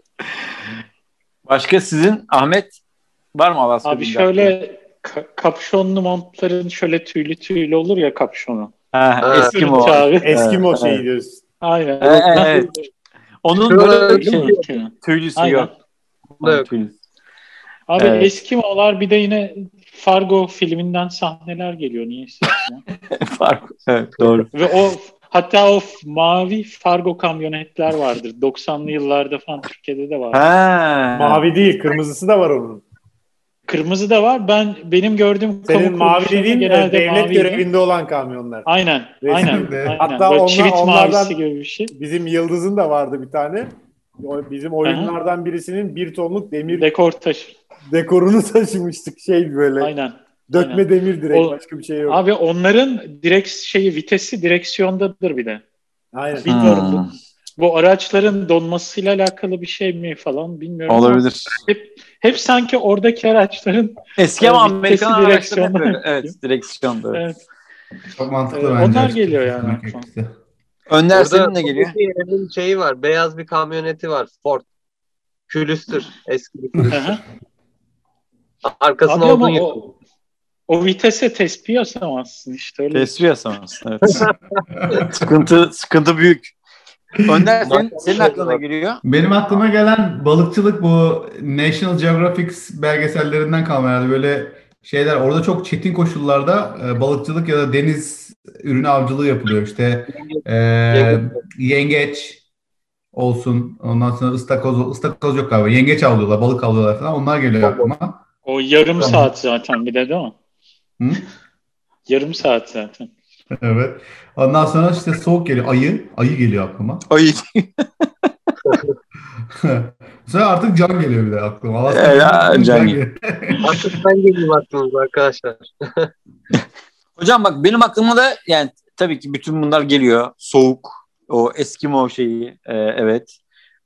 Speaker 1: Başka sizin Ahmet var mı Alaska?
Speaker 2: Abi
Speaker 1: deyince
Speaker 2: şöyle ka- kapşonlu montların şöyle tüylü tüylü olur ya kapşonu.
Speaker 1: aklına? Ha,
Speaker 4: Ha.
Speaker 1: Eskimo.
Speaker 2: Evet abi.
Speaker 5: Eskimo
Speaker 1: Evet,
Speaker 5: şeyi
Speaker 1: evet.
Speaker 5: diyorsun.
Speaker 2: Aynen.
Speaker 1: Evet, evet. Onun
Speaker 4: Şuralar-
Speaker 1: böyle şey, tüylüsü
Speaker 2: Aynen.
Speaker 1: yok.
Speaker 4: Bunda yok.
Speaker 1: Tüylüsü.
Speaker 2: Abi
Speaker 1: Evet.
Speaker 2: Eskimo'lar, bir de yine Fargo filminden sahneler geliyor niyeyse.
Speaker 1: Fark. Evet, doğru.
Speaker 2: Ve o hatta o f- mavi Fargo kamyonetler vardır. doksanlı yıllarda falan Türkiye'de de var.
Speaker 1: Ha.
Speaker 5: Mavi değil, kırmızısı da var onun.
Speaker 2: Kırmızı da var. Ben benim gördüğüm
Speaker 5: Senin
Speaker 2: kamu
Speaker 5: mavi
Speaker 2: kuruluşlarında
Speaker 5: dediğin e,
Speaker 2: genelde
Speaker 5: devlet
Speaker 2: maviydi.
Speaker 5: görevinde olan kamyonlar.
Speaker 2: Aynen.
Speaker 5: Resim
Speaker 2: Aynen.
Speaker 3: de.
Speaker 2: aynen.
Speaker 5: Hatta
Speaker 2: Böyle
Speaker 5: onlar-
Speaker 2: çivit
Speaker 5: onlardan-
Speaker 2: mavisi gibi bir şey.
Speaker 5: Bizim Yıldız'ın da vardı bir tane. O, bizim oyunlardan birisinin bir tonluk demir
Speaker 2: Dekor taşı.
Speaker 5: dekorunu taşımıştık şey böyle.
Speaker 2: Aynen.
Speaker 5: Dökme
Speaker 2: aynen.
Speaker 5: demir direkt,
Speaker 2: O-
Speaker 5: başka bir şey yok.
Speaker 2: Abi onların direkt şeyi vitesi direksiyondadır bir de.
Speaker 5: Aynen.
Speaker 2: Bilmiyorum bu,
Speaker 1: Hmm.
Speaker 2: bu araçların donmasıyla alakalı bir şey mi falan bilmiyorum. ama
Speaker 1: Olabilir.
Speaker 2: Hep, hep sanki oradaki araçların
Speaker 1: Eski ama
Speaker 2: Yani
Speaker 1: Amerikan
Speaker 2: vitesi
Speaker 1: araçları hep
Speaker 2: direksiyonda.
Speaker 1: böyle. Evet, direksiyonda. Evet.
Speaker 2: evet,
Speaker 3: Çok mantıklı
Speaker 2: Ee,
Speaker 3: bence.
Speaker 2: onlar
Speaker 3: açıkçası.
Speaker 2: geliyor yani
Speaker 3: Merak
Speaker 2: aklıma.
Speaker 3: etti.
Speaker 1: Önder
Speaker 4: Orada
Speaker 1: senin ne geliyor?
Speaker 4: oradaki evin şeyi var. Beyaz bir kamyoneti var. Ford. Külüstür. Eski bir külüstür.
Speaker 2: Aha.
Speaker 4: Arkasına
Speaker 2: Abi
Speaker 4: odun
Speaker 2: ama
Speaker 4: yıkıldı.
Speaker 2: o, O vitese tespih yasamazsın işte öyle.
Speaker 1: Tespih yasamazsın, evet. sıkıntı sıkıntı büyük. Önder senin, senin aklına geliyor.
Speaker 3: Benim aklıma gelen balıkçılık, bu National Geographic belgesellerinden kalma yani, böyle şeyler. Orada çok çetin koşullarda e, balıkçılık ya da deniz ürünü avcılığı yapılıyor. İşte e, yengeç olsun, ondan sonra ıstakoz, ıstakoz yok galiba. Yengeç avlıyorlar, balık avlıyorlar falan. Onlar geliyor aklıma.
Speaker 2: O yarım tamam. saat zaten bir de değil mi?
Speaker 3: Hı?
Speaker 2: Yarım saat zaten.
Speaker 3: Evet. Ondan sonra işte soğuk geliyor. Ayı. Ayı geliyor aklıma.
Speaker 1: Ayı.
Speaker 3: Sonra artık can geliyor bir de aklıma.
Speaker 1: Allah evet, can, can geliyor.
Speaker 4: Artık ben geleyim aklınıza arkadaşlar.
Speaker 1: Hocam bak benim aklıma da yani tabii ki bütün bunlar geliyor. Soğuk, o Eskimo şeyi, e, evet.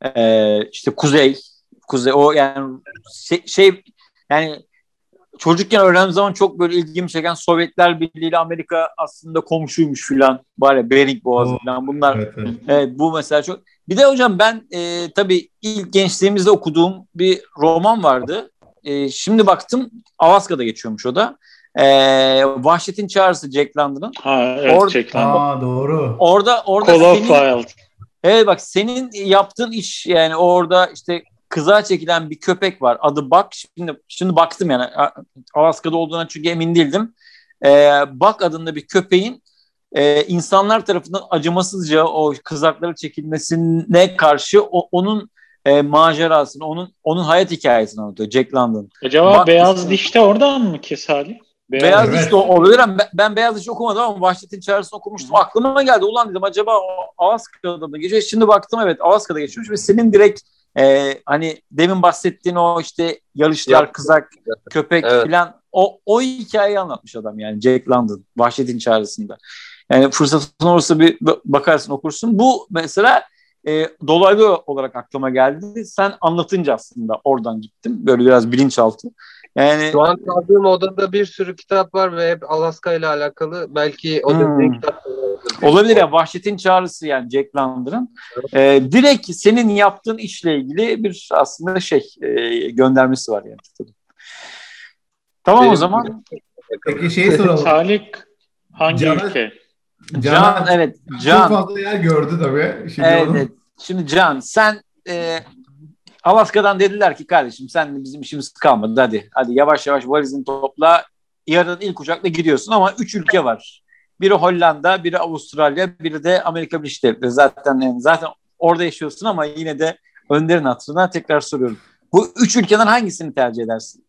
Speaker 1: E, işte kuzey, kuzey o yani şey, şey yani çocukken öğrendiğim zaman çok böyle ilgimi çeken Sovyetler Birliği ile Amerika aslında komşuymuş filan. Bari Bering Boğazı filan bunlar. Evet, evet. Evet, bu mesela çok. Bir de hocam ben e, tabii ilk gençliğimizde okuduğum bir roman vardı. E, şimdi baktım Alaska'da geçiyormuş o da. E, Vahşetin Çağrısı, Jack London'ın.
Speaker 2: Ha evet, Or- Jack London.
Speaker 3: Aa doğru.
Speaker 1: Orada orada
Speaker 2: Call of
Speaker 1: senin,
Speaker 2: Wild.
Speaker 1: Evet bak senin yaptığın iş yani orada işte kızağa çekilen bir köpek var. Adı Buck. Şimdi şimdi baktım yani Alaska'da olduğuna çünkü emin değildim. Ee, Buck adında bir köpeğin e, insanlar tarafından acımasızca o kızaklara çekilmesine karşı o, onun e, macerasını, onun onun hayat hikayesini anlatıyor Jack London.
Speaker 2: Acaba
Speaker 1: Buck,
Speaker 2: Beyaz Diş'te oradan mı ki Salih?
Speaker 1: Beyaz, Beyaz evet. Diş de olabilir ama ben, ben Beyaz Diş okumadım ama Vahşetin Çağrısı'nı okumuştum. Hı. Aklıma geldi. Ulan dedim acaba Alaska'da mı geçiyor? Şimdi baktım evet Alaska'da geçiyormuş ve senin direkt Ee, hani demin bahsettiğin o işte yarışlar, Yap. kızak, köpek evet. filan o, o hikayeyi anlatmış adam yani Jack London Vahşetin Çağrısı'nda. Yani fırsatın olursa bir bakarsın okursun. Bu mesela e, dolaylı olarak aklıma geldi. Sen anlatınca aslında oradan gittim. Böyle biraz bilinçaltı. Yani
Speaker 4: şu an kaldığım odada bir sürü kitap var ve hep Alaska ile alakalı. Belki o da hmm. kitap
Speaker 1: olabilir ya. Vahşetin Çağrısı yani Jack London'ın. Evet. Ee, direkt senin yaptığın işle ilgili bir aslında şey e, göndermesi var yani. Tamam Benim o zaman.
Speaker 3: Peki şeyi soralım.
Speaker 2: Salih hangi
Speaker 3: Can,
Speaker 2: ülke?
Speaker 1: Can, Can evet. Can.
Speaker 3: Çok fazla yer gördü tabii. Şimdi
Speaker 1: evet, evet. Şimdi Can sen e, Alaska'dan dediler ki kardeşim sen bizim işimiz kalmadı hadi. Hadi yavaş yavaş valizini topla. Yarın ilk uçakla gidiyorsun ama üç ülke var. Biri Hollanda, biri Avustralya, biri de Amerika Birleşik Devletleri. Zaten yani zaten orada yaşıyorsun ama yine de Önder'in hatırına tekrar soruyorum. Bu üç ülkeden hangisini tercih edersin?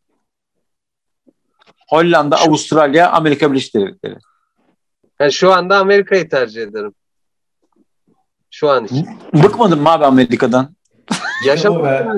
Speaker 1: Hollanda, şu, Avustralya, Amerika Birleşik Devletleri.
Speaker 4: Yani şu anda Amerika'yı tercih ederim. Şu an için.
Speaker 1: Bıkmadın mı abi Amerika'dan?
Speaker 4: Yaşamak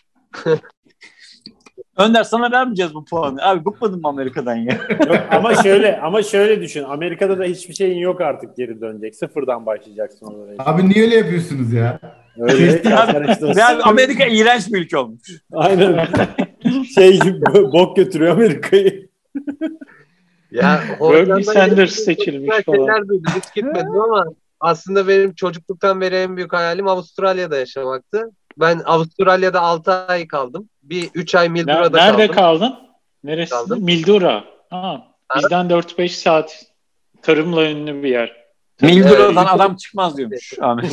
Speaker 1: Önder sana vermeyeceğiz bu puanı. Abi bıkmadın mı Amerika'dan ya?
Speaker 5: Yok, ama şöyle ama şöyle düşün. Amerika'da da hiçbir şeyin yok artık geri dönecek. Sıfırdan başlayacaksın oraya.
Speaker 3: Abi niye öyle yapıyorsunuz ya?
Speaker 5: Öyle.
Speaker 1: abi, işte abi, Amerika iğrenç bir ülke olmuş.
Speaker 5: Aynen. Şey bok götürüyor Amerika'yı.
Speaker 4: Ya
Speaker 2: Bernie Sanders seçilmiş falan.
Speaker 4: Hiç gitmedim ama aslında benim çocukluktan beri en büyük hayalim Avustralya'da yaşamaktı. Ben Avustralya'da altı ay kaldım. Bir üç ay Mildura'da kaldım.
Speaker 2: Nerede kaldın? Neresi? Kaldım. Mildura. Ha, bizden dört beş saat tarımla ünlü bir yer.
Speaker 1: Mildura'dan ee, adam çıkmaz diyormuş Ahmet.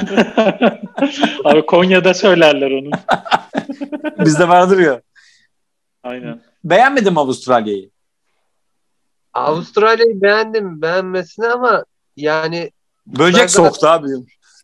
Speaker 2: Abi Konya'da söylerler onu.
Speaker 1: Bizde vardır ya.
Speaker 2: Aynen.
Speaker 1: Beğenmedin mi Avustralya'yı?
Speaker 4: Avustralya'yı beğendim. Beğenmesine ama yani
Speaker 1: böcek soğuktu zaten... abi.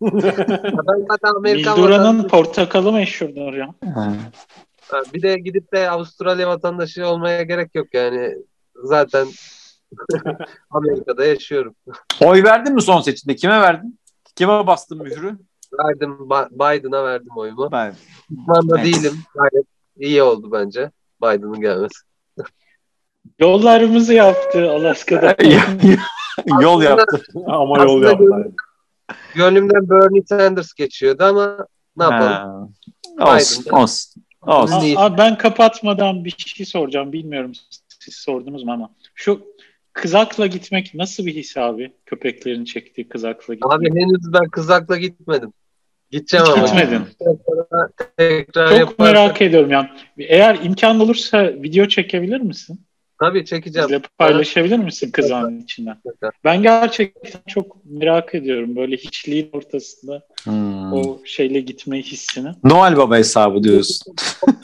Speaker 2: Mildura'nın portakalı meşhurdur ya.
Speaker 1: Ha.
Speaker 4: Bir de gidip de Avustralya vatandaşı olmaya gerek yok yani. Zaten Amerika'da yaşıyorum.
Speaker 1: Oy verdin mi son seçimde? Kime verdin? Kime bastın mührü?
Speaker 4: Verdim. Ba- Biden'a verdim oyumu.
Speaker 1: Ben
Speaker 4: da evet. değilim. Gayet iyi oldu bence Biden'ın gelmesi.
Speaker 2: Yollarımızı yaptı Alaska'da.
Speaker 1: Yol yaptı.
Speaker 5: Ama yol yaptı.
Speaker 4: Gönlüm, gönlümden Bernie Sanders geçiyordu ama ne yapalım?
Speaker 1: Ha. Olsun, olsun. olsun.
Speaker 2: Abi ben kapatmadan bir şey soracağım. Bilmiyorum siz sordunuz mu ama. Şu kızakla gitmek nasıl bir his abi? Köpeklerin çektiği kızakla gitmek.
Speaker 4: Abi henüz ben kızakla gitmedim. Gideceğim
Speaker 2: Hiç
Speaker 4: ama.
Speaker 2: Gitmedin.
Speaker 4: Tekrar
Speaker 2: Çok
Speaker 4: yaparsam...
Speaker 2: merak ediyorum yani. Eğer imkan olursa video çekebilir misin?
Speaker 4: Tabii çekeceğim.
Speaker 2: Bizle paylaşabilir misin kızağın içinden? Ben gerçekten çok merak ediyorum böyle hiçliğin ortasında
Speaker 1: Hmm.
Speaker 2: o şeyle gitmeyi hissini.
Speaker 1: Noel Baba hesabı diyorsun.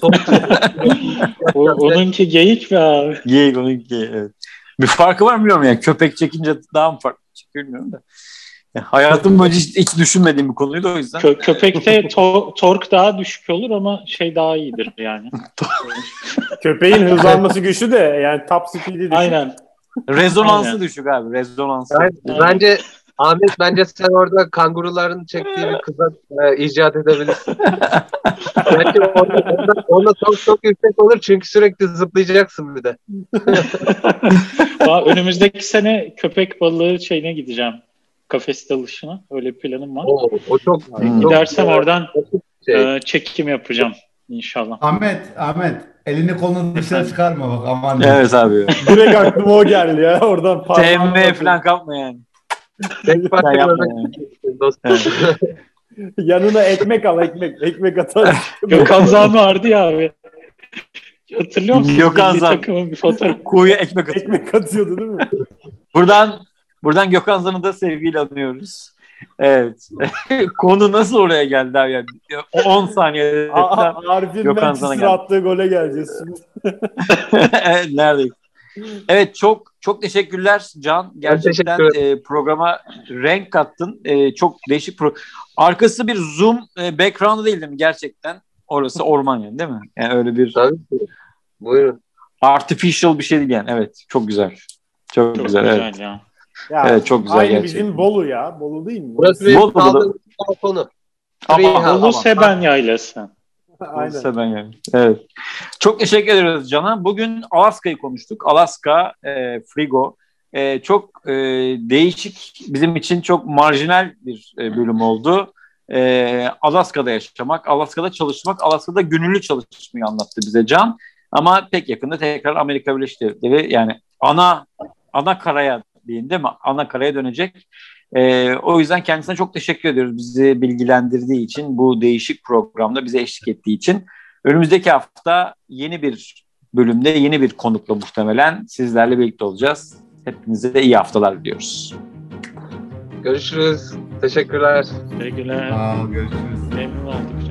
Speaker 2: O, onunki geyik be abi.
Speaker 1: Geyik onunki, evet. Bir farkı var mı bilmiyorum ya. Köpek çekince daha mı farklı çekiyor bilmiyorum da. Ya, hayatım boyunca hiç, hiç düşünmediğim bir konuydu o yüzden.
Speaker 2: Kö- köpekte to- tork daha düşük olur ama şey daha iyidir yani.
Speaker 5: Köpeğin hızlanması güçlü de yani top speed'i düşük.
Speaker 2: Aynen.
Speaker 1: Rezonansı
Speaker 2: Aynen.
Speaker 1: düşük abi. Rezonansı.
Speaker 4: Ben, bence Ahmet bence sen orada kanguruların çektiği bir kızak e, icat edebilirsin. Belki orada, orada, orada çok çok yüksek olur çünkü sürekli zıplayacaksın bir de.
Speaker 2: Aa, önümüzdeki sene köpek balığı şeyine gideceğim. Kafes dalışına. Öyle bir planım var.
Speaker 4: O, o çok,
Speaker 1: Hmm.
Speaker 4: çok
Speaker 2: Gidersem oradan
Speaker 4: şey.
Speaker 2: e, çekim yapacağım inşallah.
Speaker 3: Ahmet, Ahmet elini kolunu dışarı çıkarma bak aman.
Speaker 1: Evet abi.
Speaker 5: Direkt aklıma o geldi ya. Oradan
Speaker 1: T
Speaker 5: parmağımla
Speaker 1: M falan kapma yani.
Speaker 4: Tek
Speaker 1: Sen
Speaker 4: başına
Speaker 1: yapma
Speaker 4: böyle-
Speaker 1: yani.
Speaker 4: dostum.
Speaker 1: Evet.
Speaker 5: yanına ekmek al ekmek. Ekmek atar.
Speaker 2: Gökhan Zan vardı ya abi. Hatırlıyor musunuz?
Speaker 1: Gökhan
Speaker 2: Milli
Speaker 1: Zan.
Speaker 2: takımın bir fotoğrafı.
Speaker 1: Kuğuya ekmek atıyor.
Speaker 5: ekmek atıyordu değil mi?
Speaker 1: Buradan buradan Gökhan Zan'ı da sevgiyle anıyoruz. Evet. Konu nasıl oraya geldi abi? Yani? O on saniyede.
Speaker 5: A- Arif'in
Speaker 1: Gökhan Zan'a
Speaker 5: Manchester
Speaker 1: geldi.
Speaker 5: attığı gole geleceğiz şimdi.
Speaker 1: Evet, neredeyiz? Evet, çok çok teşekkürler Can. Gerçekten
Speaker 4: teşekkür
Speaker 1: e, programa renk kattın. E, çok değişik pro. Arkası bir Zoom e, background'ı değil değil mi? Gerçekten orası orman yani değil mi? Yani öyle bir
Speaker 4: Tabii ki. Buyurun.
Speaker 1: artificial bir şey değil yani. Evet, çok güzel. Çok,
Speaker 2: Çok
Speaker 1: güzel,
Speaker 2: güzel
Speaker 1: evet.
Speaker 2: ya.
Speaker 5: Ya,
Speaker 1: Evet, çok güzel
Speaker 5: aynı
Speaker 1: gerçekten.
Speaker 5: bizim Bolu ya. Bolu değil mi?
Speaker 4: Burası bir
Speaker 1: Bolu-
Speaker 4: sağlıklı konu.
Speaker 1: Ama-
Speaker 4: Free
Speaker 1: ama-
Speaker 4: house.
Speaker 2: Bolu Seben Yaylası.
Speaker 5: Aynen.
Speaker 1: Olsa ben yani. Evet. Çok teşekkür ederiz Can'a. Bugün Alaska'yı konuştuk. Alaska, e, Frigo. E, çok e, değişik, bizim için çok marjinal bir e, bölüm oldu. E, Alaska'da yaşamak, Alaska'da çalışmak, Alaska'da gönüllü çalışmayı anlattı bize Can. Ama pek yakında tekrar Amerika Birleşik Devletleri, yani ana ana karaya diyeyim değil mi? Ana karaya dönecek. Ee, o yüzden kendisine çok teşekkür ediyoruz bizi bilgilendirdiği için, bu değişik programda bize eşlik ettiği için. Önümüzdeki hafta yeni bir bölümde yeni bir konukla muhtemelen sizlerle birlikte olacağız. Hepinize de iyi haftalar diliyoruz.
Speaker 4: Görüşürüz. Teşekkürler.
Speaker 2: Sevgiler.
Speaker 3: Aa, görüşürüz.
Speaker 2: Memnun olduk.